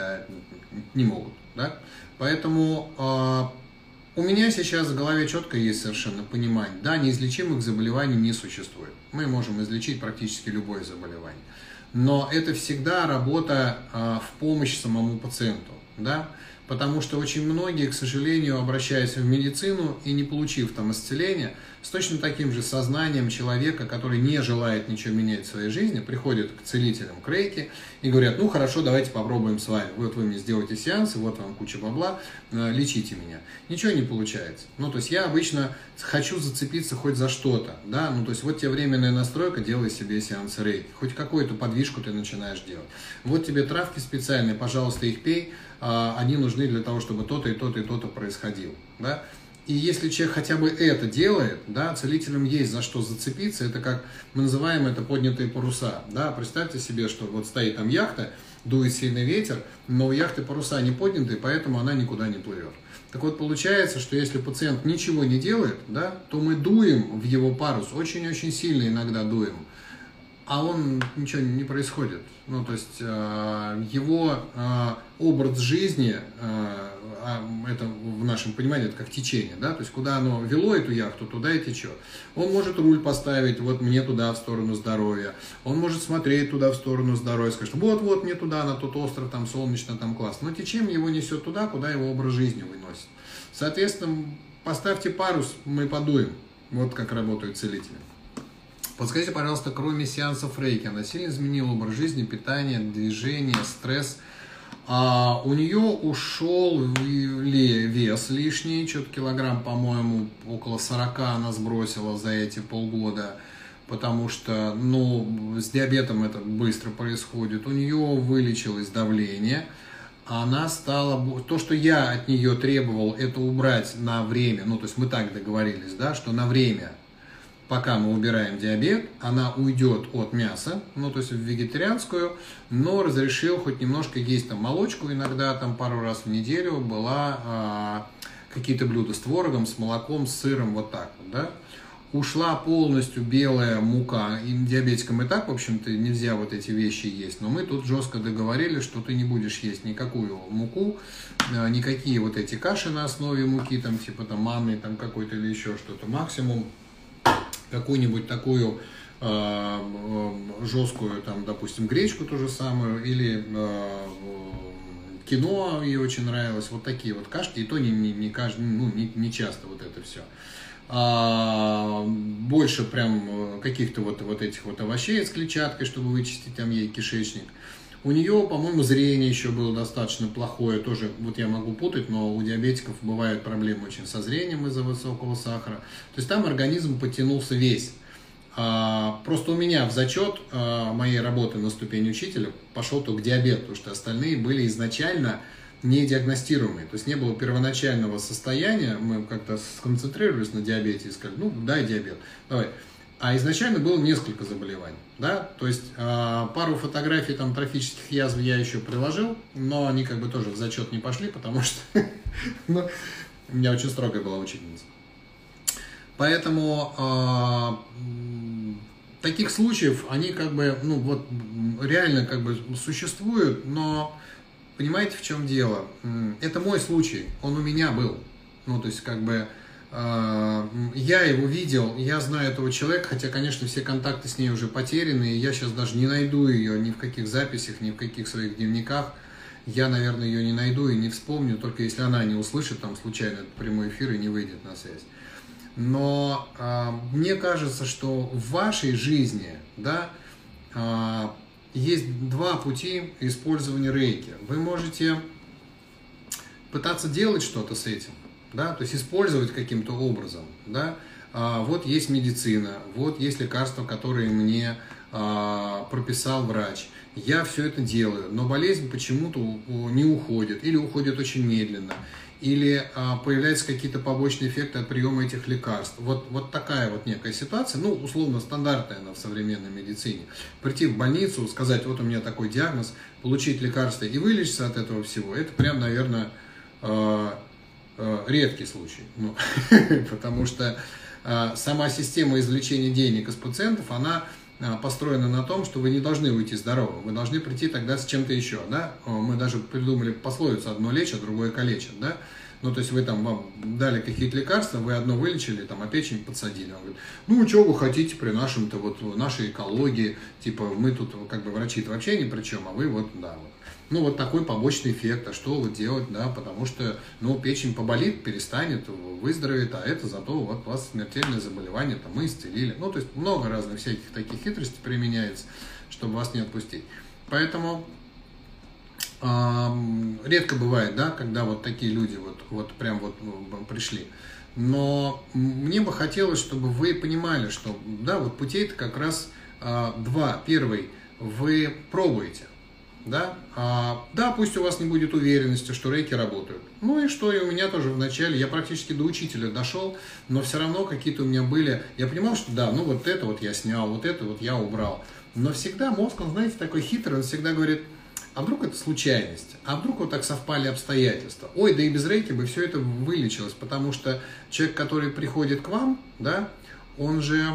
не могут. Да? Поэтому у меня сейчас в голове четко есть совершенно понимание. Да, неизлечимых заболеваний не существует. Мы можем излечить практически любое заболевание. Но это всегда работа в помощь самому пациенту. Да? Потому что очень многие, к сожалению, обращаясь в медицину и не получив там исцеления, с точно таким же сознанием человека, который не желает ничего менять в своей жизни, приходят к целителям, к рейки и говорят, ну хорошо, давайте попробуем с вами. Вот вы мне сделаете сеансы, вот вам куча бабла, лечите меня. Ничего не получается. Ну, то есть я обычно хочу зацепиться хоть за что-то, да, ну, то есть вот тебе временная настройка, делай себе сеансы рейки. Хоть какую-то подвижку ты начинаешь делать. Вот тебе травки специальные, пожалуйста, их пей, они нужны для того, чтобы то-то и то-то и то-то происходило, да. И если человек хотя бы это делает, да, целителям есть за что зацепиться, это как мы называем это поднятые паруса, да, представьте себе, что вот стоит там яхта, дует сильный ветер, но у яхты паруса не подняты, поэтому она никуда не плывет. Так вот, получается, что если пациент ничего не делает, да, то мы дуем в его парус, очень-очень сильно иногда дуем, а он ничего не происходит. Ну, то есть его образ жизни, это в нашем понимании, это как течение, да, то есть куда оно вело эту яхту, туда и течет. Он может руль поставить, вот мне туда, в сторону здоровья, он может смотреть туда, в сторону здоровья, скажет, вот мне туда, на тот остров, там солнечно, там классно. Но течение его несет туда, куда его образ жизни выносит. Соответственно, поставьте парус, мы подуем. Вот как работают целители. Подскажите, пожалуйста, кроме сеансов рейки, она сильно изменила образ жизни, питание, движение, стресс? У нее ушел вес лишний, что-то килограмм, по-моему, около 40 она сбросила за эти полгода, потому что, ну, с диабетом это быстро происходит. У нее вылечилось давление, она стала, то, что я от нее требовал, это убрать на время, ну, то есть мы так договорились, да, что на время, пока мы убираем диабет, она уйдет от мяса, ну, то есть в вегетарианскую, но разрешил хоть немножко есть там молочку, иногда там пару раз в неделю была какие-то блюда с творогом, с молоком, с сыром, вот так вот, да. Ушла полностью белая мука, и диабетикам и так, в общем-то, нельзя вот эти вещи есть, но мы тут жестко договорились, что ты не будешь есть никакую муку, никакие вот эти каши на основе муки, там, типа там манной там какой-то или еще что-то, максимум какую-нибудь такую жесткую, там, допустим, гречку ту же самую, или киноа ей очень нравилось, вот такие вот кашки, и то не часто вот это все. Больше прям каких-то вот этих вот овощей с клетчаткой, чтобы вычистить там ей кишечник. У нее, по-моему, зрение еще было достаточно плохое, тоже, вот я могу путать, но у диабетиков бывают проблемы очень со зрением из-за высокого сахара. То есть там организм подтянулся весь. Просто у меня в зачет моей работы на ступени учителя пошел только диабет, потому что остальные были изначально не диагностируемые. То есть не было первоначального состояния, мы как-то сконцентрировались на диабете и сказали, ну, дай диабет, давай. А изначально было несколько заболеваний, да, то есть пару фотографий там трофических язв я еще приложил, но они как бы тоже в зачет не пошли, потому что у меня очень строгая была учительница. Поэтому таких случаев, они как бы, ну вот реально как бы существуют, но понимаете, в чем дело? Это мой случай, он у меня был, ну то есть как бы я его видел, я знаю этого человека, хотя, конечно, все контакты с ней уже потеряны, и я сейчас даже не найду ее ни в каких записях, ни в каких своих дневниках. Я, наверное, ее не найду и не вспомню, только если она не услышит там случайно этот прямой эфир и не выйдет на связь. Но мне кажется, что в вашей жизни, да, есть два пути использования рейки. Вы можете пытаться делать что-то с этим, да, то есть использовать каким-то образом, да. Вот есть медицина, вот есть лекарства, которые мне прописал врач. Я все это делаю, но болезнь почему-то не уходит, или уходит очень медленно, или появляются какие-то побочные эффекты от приема этих лекарств. Вот такая вот некая ситуация, ну, условно стандартная она в современной медицине. Прийти в больницу, сказать, вот у меня такой диагноз, получить лекарства и вылечиться от этого всего, это прям, наверное, редкий случай. Ну, потому что сама система извлечения денег из пациентов, она построена на том, что вы не должны уйти здоровым, вы должны прийти тогда с чем-то еще, да? Мы даже придумали пословицу: одно лечит, другое калечит, да? Ну, то есть вы там, вам дали какие-то лекарства, вы одно вылечили, там, а печень подсадили. Он говорит, ну, что вы хотите при нашем-то, вот, нашей экологии, типа, мы тут, как бы, врачи-то вообще ни при чем, а вы вот, да, вот. Ну, вот такой побочный эффект, а что вот делать, да, потому что, ну, печень поболит, перестанет, выздоровеет, а это зато вот у вас смертельное заболевание, там, мы исцелили. Ну, то есть много разных всяких таких хитростей применяется, чтобы вас не отпустить. Поэтому редко бывает, да, когда вот такие люди вот прям вот пришли. Но мне бы хотелось, чтобы вы понимали, что, да, вот путей-то как раз два. Первый, вы пробуете. Да? Да, пусть у вас не будет уверенности, что рейки работают. Ну и что, и у меня тоже в начале, я практически до учителя дошел, но все равно какие-то у меня были, я понимал, что да, ну вот это вот я снял, вот это вот я убрал. Но всегда мозг, он, знаете, такой хитрый, он всегда говорит, а вдруг это случайность, а вдруг вот так совпали обстоятельства. Ой, да и без рейки бы все это вылечилось, потому что человек, который приходит к вам, да, он же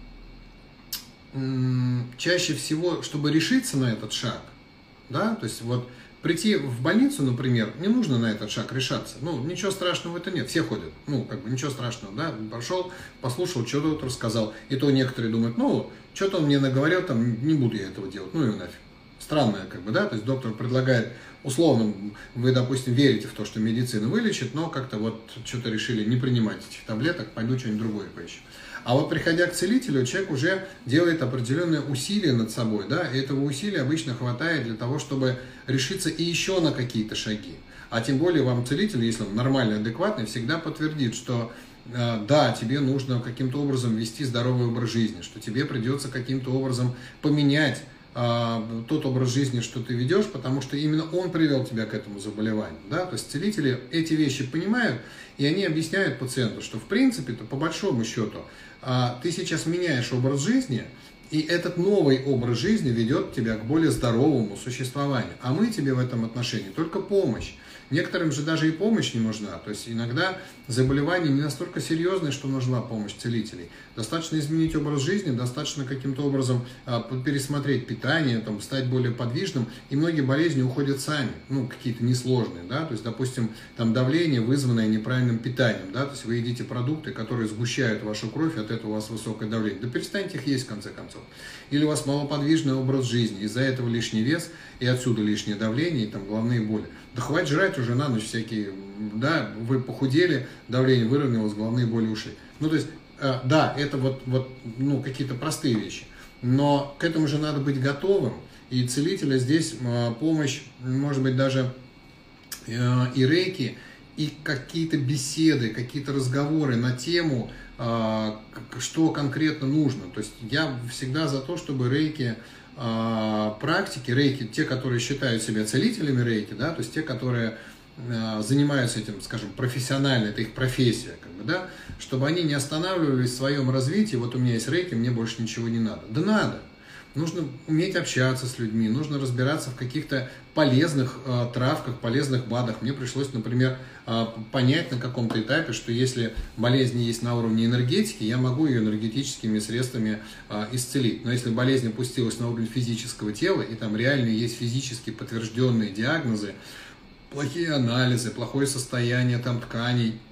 чаще всего, чтобы решиться на этот шаг, да, то есть вот прийти в больницу, например, не нужно на этот шаг решаться. Ну, ничего страшного в этом нет, все ходят. Ну, как бы ничего страшного, да, пошел, послушал, что-то вот рассказал. И то некоторые думают, ну, что-то он мне наговорил, там, не буду я этого делать, ну и нафиг. Странное, как бы, да, то есть доктор предлагает, условно, вы, допустим, верите в то, что медицина вылечит, но как-то вот что-то решили не принимать этих таблеток, пойду что-нибудь другое поищу. А вот приходя к целителю, человек уже делает определенные усилия над собой, да, и этого усилия обычно хватает для того, чтобы решиться и еще на какие-то шаги. А тем более вам целитель, если он нормальный, адекватный, всегда подтвердит, что да, тебе нужно каким-то образом вести здоровый образ жизни, что тебе придется каким-то образом поменять тот образ жизни, что ты ведешь, потому что именно он привел тебя к этому заболеванию. Да? То есть целители эти вещи понимают, и они объясняют пациенту, что в принципе-то по большому счету ты сейчас меняешь образ жизни, и этот новый образ жизни ведет тебя к более здоровому существованию. А мы тебе в этом отношении только помощь. Некоторым же даже и помощь не нужна. То есть иногда заболевание не настолько серьезное, что нужна помощь целителей. Достаточно изменить образ жизни, достаточно каким-то образом пересмотреть питание, там, стать более подвижным, и многие болезни уходят сами, ну, какие-то несложные, да, то есть, допустим, там давление, вызванное неправильным питанием, да, то есть вы едите продукты, которые сгущают вашу кровь, от этого у вас высокое давление, да перестаньте их есть в конце концов. Или у вас малоподвижный образ жизни, из-за этого лишний вес, и отсюда лишнее давление, и там головные боли. Да хватит жрать уже на ночь всякие, да, вы похудели, давление выровнялось, головные боли ушли. Ну, то есть, да, это вот ну, какие-то простые вещи, но к этому же надо быть готовым, и целителя здесь помощь, может быть, даже и рейки, и какие-то беседы, какие-то разговоры на тему, что конкретно нужно. То есть я всегда за то, чтобы рейки, практики, рейки, те, которые считают себя целителями рейки, да, то есть те, которые занимаются этим, скажем, профессионально, это их профессия, как бы, да, чтобы они не останавливались в своем развитии, вот у меня есть рейки, мне больше ничего не надо. Да надо. Нужно уметь общаться с людьми, нужно разбираться в каких-то полезных травках, полезных БАДах. Мне пришлось, например, понять на каком-то этапе, что если болезнь есть на уровне энергетики, я могу ее энергетическими средствами исцелить. Но если болезнь опустилась на уровень физического тела, и там реально есть физически подтвержденные диагнозы, плохие анализы, плохое состояние там тканей,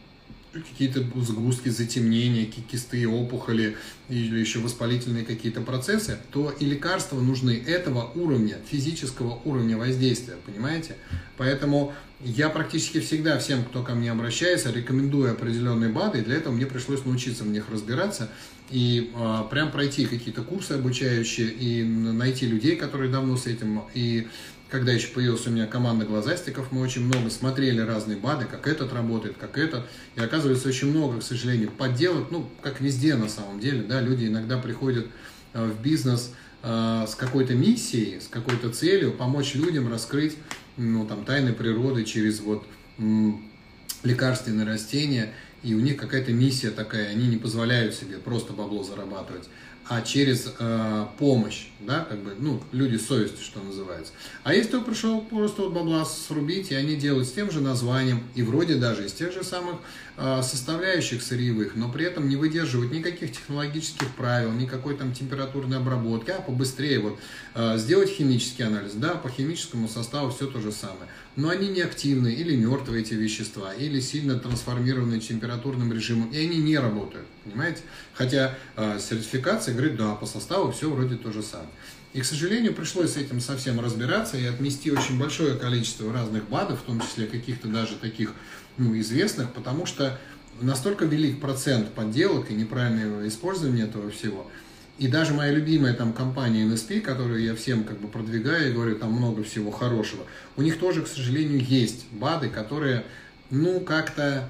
какие-то сгустки, затемнения, кисты, опухоли или еще воспалительные какие-то процессы, то и лекарства нужны этого уровня, физического уровня воздействия, понимаете? Поэтому я практически всегда всем, кто ко мне обращается, рекомендую определенные БАДы, и для этого мне пришлось научиться в них разбираться и прям пройти какие-то курсы обучающие и найти людей, которые давно с этим. И когда еще появилась у меня команда глазастиков, мы очень много смотрели разные БАДы, как этот работает, как этот. И оказывается, очень много, к сожалению, подделок, ну, как везде на самом деле, да, люди иногда приходят в бизнес с какой-то миссией, с какой-то целью помочь людям раскрыть, ну, там, тайны природы через вот лекарственные растения, и у них какая-то миссия такая, они не позволяют себе просто бабло зарабатывать, а через помощь, да, как бы, ну, люди с совестью, что называется. А есть кто пришел просто вот бабла срубить, и они делают с тем же названием, и вроде даже из тех же самых составляющих сырьевых, но при этом не выдерживают никаких технологических правил, никакой там температурной обработки, а побыстрее вот сделать химический анализ, да, по химическому составу все то же самое. Но они не активны или мертвые эти вещества, или сильно трансформированные температурным режимом, и они не работают, понимаете? Хотя сертификация говорит, да, по составу все вроде то же самое. И, к сожалению, пришлось с этим совсем разбираться и отмести очень большое количество разных БАДов, в том числе каких-то даже таких, ну, известных, потому что настолько велик процент подделок и неправильного использования этого всего. И даже моя любимая там компания NSP, которую я всем как бы продвигаю и говорю, там много всего хорошего, у них тоже, к сожалению, есть БАДы, которые, ну, как-то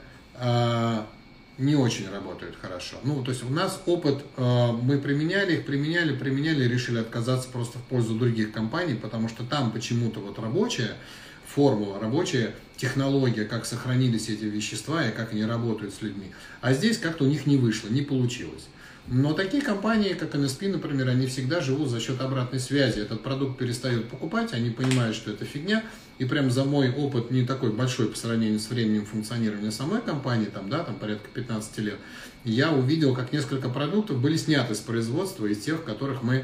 не очень работают хорошо. Ну, то есть у нас опыт, мы применяли их, применяли, решили отказаться просто в пользу других компаний, потому что там почему-то вот рабочая формула, рабочая технология, как сохранились эти вещества и как они работают с людьми. А здесь как-то у них не вышло, не получилось. Но такие компании, как NSP, например, они всегда живут за счет обратной связи. Этот продукт перестают покупать, они понимают, что это фигня. И прям за мой опыт, не такой большой по сравнению с временем функционирования самой компании, там, да, там порядка 15 лет, я увидел, как несколько продуктов были сняты с производства из тех, которых мы,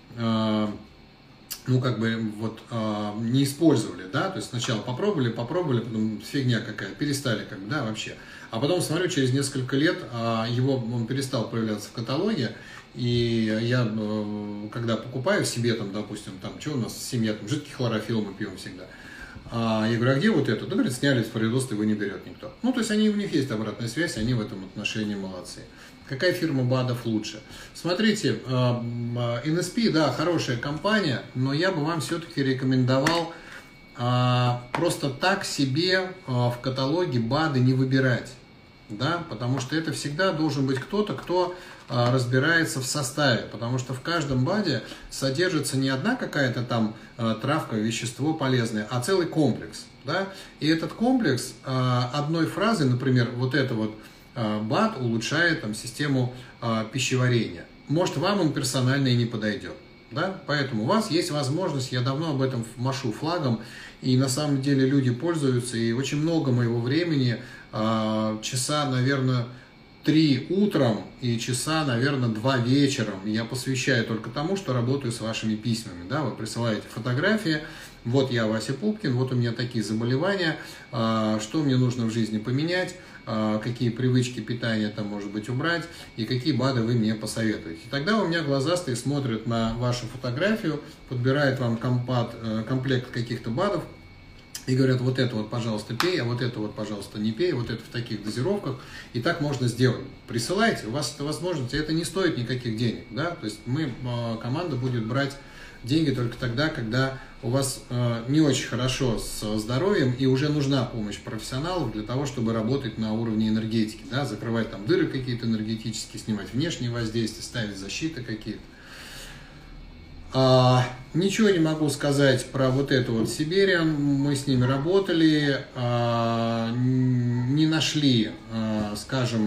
ну, как бы, вот, не использовали, да, то есть сначала попробовали, потом фигня какая, перестали, как бы, да, вообще. А потом, смотрю, через несколько лет он перестал появляться в каталоге, и я, когда покупаю себе, там, допустим, там, что у нас семья, там, жидкий хлорофилл мы пьем всегда, я говорю, а где вот это? Да, говорит, сняли с производства, его не берет никто. Ну, то есть у них есть обратная связь, они в этом отношении молодцы. Какая фирма БАДов лучше? Смотрите, NSP, да, хорошая компания, но я бы вам все-таки рекомендовал просто так себе в каталоге БАДы не выбирать. Да, потому что это всегда должен быть кто-то, кто разбирается в составе, потому что в каждом БАДе содержится не одна какая-то там травка, вещество полезное, а целый комплекс. Да? И этот комплекс одной фразы, например, вот это вот БАД улучшает там систему пищеварения. Может, вам он персонально и не подойдет. Да? Поэтому у вас есть возможность, я давно об этом машу флагом, и на самом деле люди пользуются, и очень много моего времени, часа, наверное, 3 утром и часа, наверное, 2 вечером я посвящаю только тому, что работаю с вашими письмами. Да? Вы присылаете фотографии, вот я Вася Пупкин, вот у меня такие заболевания, что мне нужно в жизни поменять, какие привычки питания там, может быть, убрать, и какие БАДы вы мне посоветуете. И тогда у меня глазастые смотрят на вашу фотографию, подбирают вам комплект каких-то БАДов, и говорят, вот это вот, пожалуйста, пей, а вот это вот, пожалуйста, не пей, вот это в таких дозировках, и так можно сделать. Присылайте, у вас это возможность, и это не стоит никаких денег, да, то есть команда будет брать деньги только тогда, когда у вас не очень хорошо с здоровьем и уже нужна помощь профессионалов для того, чтобы работать на уровне энергетики, да, закрывать там дыры какие-то энергетические, снимать внешние воздействия, ставить защиты какие-то. Ничего не могу сказать про вот эту вот Сибириан, мы с ними работали, не нашли, скажем,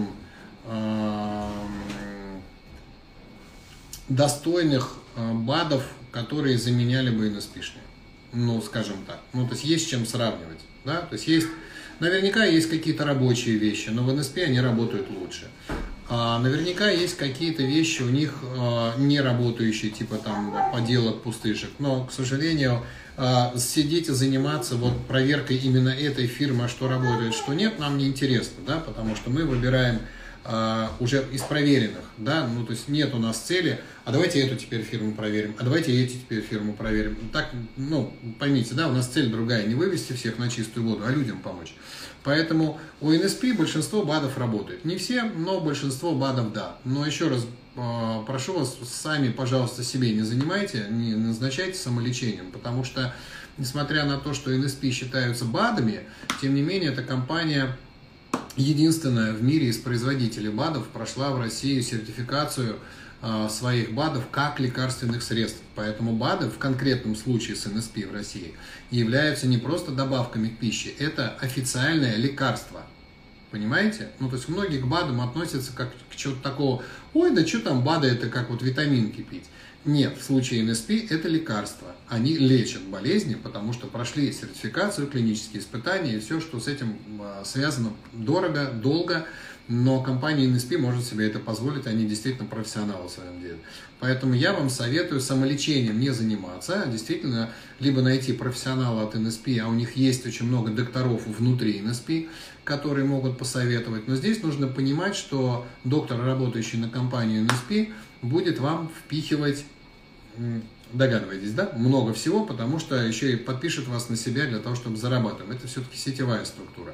достойных БАДов, которые заменяли бы NSP-шные, ну, скажем так, ну, то есть есть с чем сравнивать, да, то есть есть, наверняка есть какие-то рабочие вещи, но в NSP они работают лучше. Наверняка есть какие-то вещи у них не работающие, типа там поделок пустышек, но, к сожалению, сидеть и заниматься вот проверкой именно этой фирмы, что работает, что нет, нам не интересно, да, потому что мы выбираем уже из проверенных, да, ну, то есть нет у нас цели, а давайте эту теперь фирму проверим, а давайте эти теперь фирму проверим. Так, ну, поймите, да, у нас цель другая, не вывести всех на чистую воду, а людям помочь. Поэтому у NSP большинство БАДов работает. Не все, но большинство БАДов да. Но еще раз прошу вас, сами, пожалуйста, себе не занимайте, не назначайте самолечением, потому что, несмотря на то, что NSP считаются БАДами, тем не менее, эта компания единственная в мире из производителей БАДов прошла в России сертификацию своих БАДов как лекарственных средств. Поэтому БАДы в конкретном случае с НСП в России являются не просто добавками к пище, это официальное лекарство. Понимаете? Ну, то есть многие к БАДам относятся как к чему-то такого, ой, да что там БАДы, это как вот витаминки пить. Нет, в случае НСП это лекарства. Они лечат болезни, потому что прошли сертификацию, клинические испытания и все, что с этим связано, дорого, долго. Но компания NSP может себе это позволить, они действительно профессионалы в своем деле. Поэтому я вам советую самолечением не заниматься, а действительно либо найти профессионала от NSP, а у них есть очень много докторов внутри NSP, которые могут посоветовать. Но здесь нужно понимать, что доктор, работающий на компанию NSP, будет вам впихивать, догадываетесь, да, много всего, потому что еще и подпишет вас на себя для того, чтобы зарабатывать. Это все-таки сетевая структура.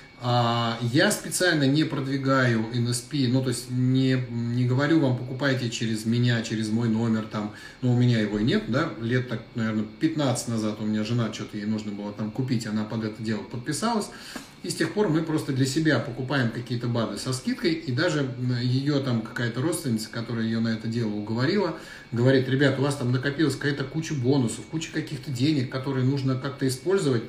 Я специально не продвигаю NSP, ну то есть не говорю вам, покупайте через меня, через мой номер, там, но у меня его и нет, да, лет так, наверное, 15 назад у меня жена, что-то ей нужно было там купить, она под это дело подписалась, и с тех пор мы просто для себя покупаем какие-то БАДы со скидкой, и даже ее там какая-то родственница, которая ее на это дело уговорила, говорит, ребят, у вас там накопилась какая-то куча бонусов, куча каких-то денег, которые нужно как-то использовать,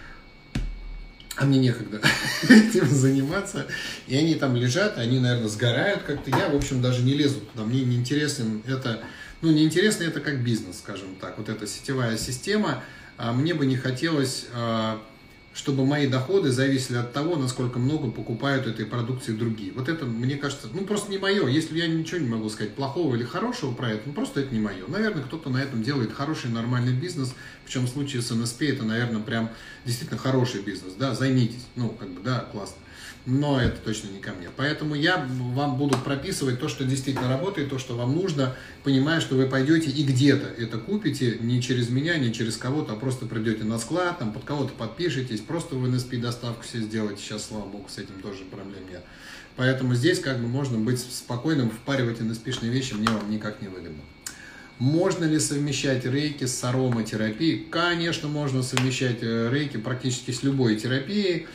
а мне некогда этим заниматься, и они там лежат, они, наверное, сгорают как-то, я, в общем, даже не лезу туда, мне не интересно это, ну, не интересно это как бизнес, скажем так, вот эта сетевая система, мне бы не хотелось, чтобы мои доходы зависели от того, насколько много покупают этой продукции другие. Вот это, мне кажется, ну, просто не мое. Если я ничего не могу сказать плохого или хорошего про это, ну, просто это не мое. Наверное, кто-то на этом делает хороший, нормальный бизнес. Причем в случае с НСП это, наверное, прям действительно хороший бизнес. Да, займитесь. Ну, как бы, да, классно. Но это точно не ко мне. Поэтому я вам буду прописывать то, что действительно работает, то, что вам нужно, понимая, что вы пойдете и где-то это купите, не через меня, не через кого-то, а просто придете на склад, там под кого-то подпишетесь, просто в NSP доставку все сделаете. Сейчас, слава богу, с этим тоже проблем нет. Поэтому здесь как бы можно быть спокойным, впаривать NSP-шные вещи мне вам никак не выгодно. Можно ли совмещать рейки с ароматерапией? Конечно, можно совмещать рейки практически с любой терапией.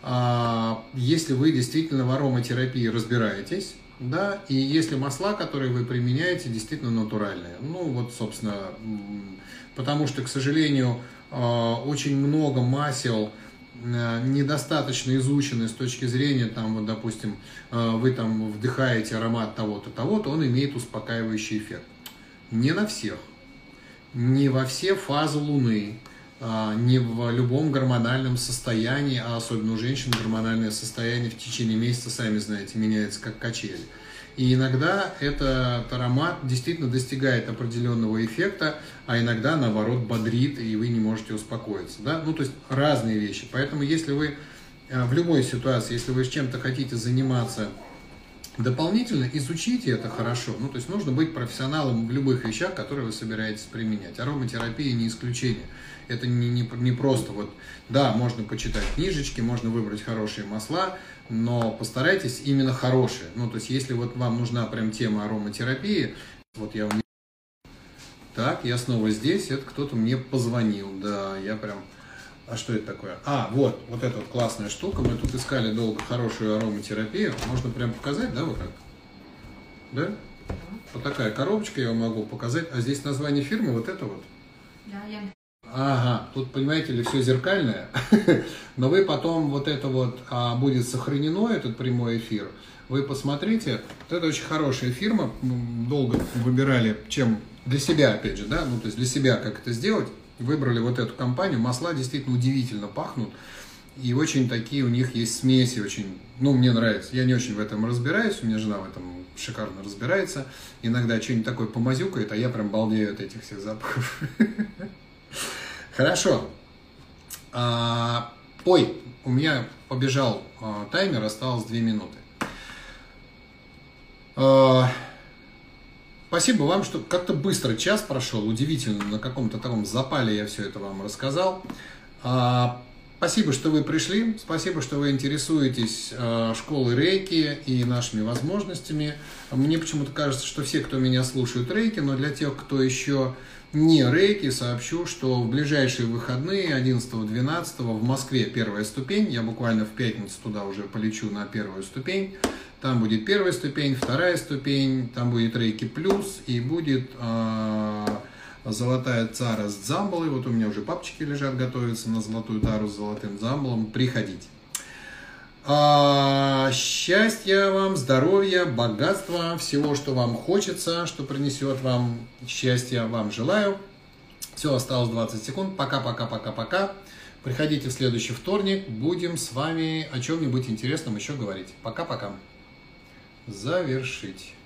Если вы действительно в ароматерапии разбираетесь, да, и если масла, которые вы применяете, действительно натуральные. Ну, вот, собственно, потому что, к сожалению, очень много масел недостаточно изучены с точки зрения, там, вот, допустим, вы там вдыхаете аромат того-то, того-то, он имеет успокаивающий эффект. Не на всех, не во все фазы Луны, не в любом гормональном состоянии, а особенно у женщин гормональное состояние в течение месяца, сами знаете, меняется как качели. И иногда этот аромат действительно достигает определенного эффекта, а иногда, наоборот, бодрит, и вы не можете успокоиться. Да? Ну, то есть разные вещи. Поэтому если вы в любой ситуации, если вы с чем-то хотите заниматься дополнительно, изучите это хорошо. Ну, то есть нужно быть профессионалом в любых вещах, которые вы собираетесь применять. Ароматерапия не исключение. Это не просто вот, да, можно почитать книжечки, можно выбрать хорошие масла, но постарайтесь именно хорошие. Ну, то есть если вот вам нужна прям тема ароматерапии, вот я... Так, я снова здесь, это кто-то мне позвонил, да, я прям... А что это такое? Вот эта вот классная штука. Мы тут искали долго хорошую ароматерапию. Можно прям показать, да, вот так? Да? Вот такая коробочка, я вам могу показать. А здесь название фирмы вот это вот? Да, я... Ага, тут, понимаете ли, все зеркальное. Но вы потом вот это вот будет сохранено, этот прямой эфир. Вы посмотрите. Вот это очень хорошая фирма. Долго выбирали, чем для себя, опять же, да? Ну, то есть для себя как это сделать. Выбрали вот эту компанию, масла действительно удивительно пахнут, И очень такие у них есть смеси, очень, ну, мне нравится. Я не очень в этом разбираюсь, у меня жена в этом шикарно разбирается. Иногда что-нибудь такое помазюкает, а я прям балдею от этих всех запахов. Хорошо. Ой, у меня побежал таймер, осталось 2 минуты. Спасибо вам, что как-то быстро час прошел, удивительно, на каком-то таком запале я все это вам рассказал. Спасибо, что вы пришли, спасибо, что вы интересуетесь школой рейки и нашими возможностями. Мне почему-то кажется, что все, кто меня слушают, рейки, но для тех, кто еще не рейки, сообщу, что в ближайшие выходные 11-12 в Москве первая ступень, я буквально в пятницу туда уже полечу на первую ступень. Там будет первая ступень, вторая ступень, там будет рейки плюс и будет золотая тара с дзамбалой. Вот у меня уже папчики лежат, готовятся на золотую тару с золотым дзамбалом. Приходите. Счастья вам, здоровья, богатства, всего, что вам хочется, что принесет вам счастье, вам желаю. Все, осталось 20 секунд. Пока-пока-пока-пока. Приходите в следующий вторник. Будем с вами о чем-нибудь интересном еще говорить. Пока-пока. Завершить.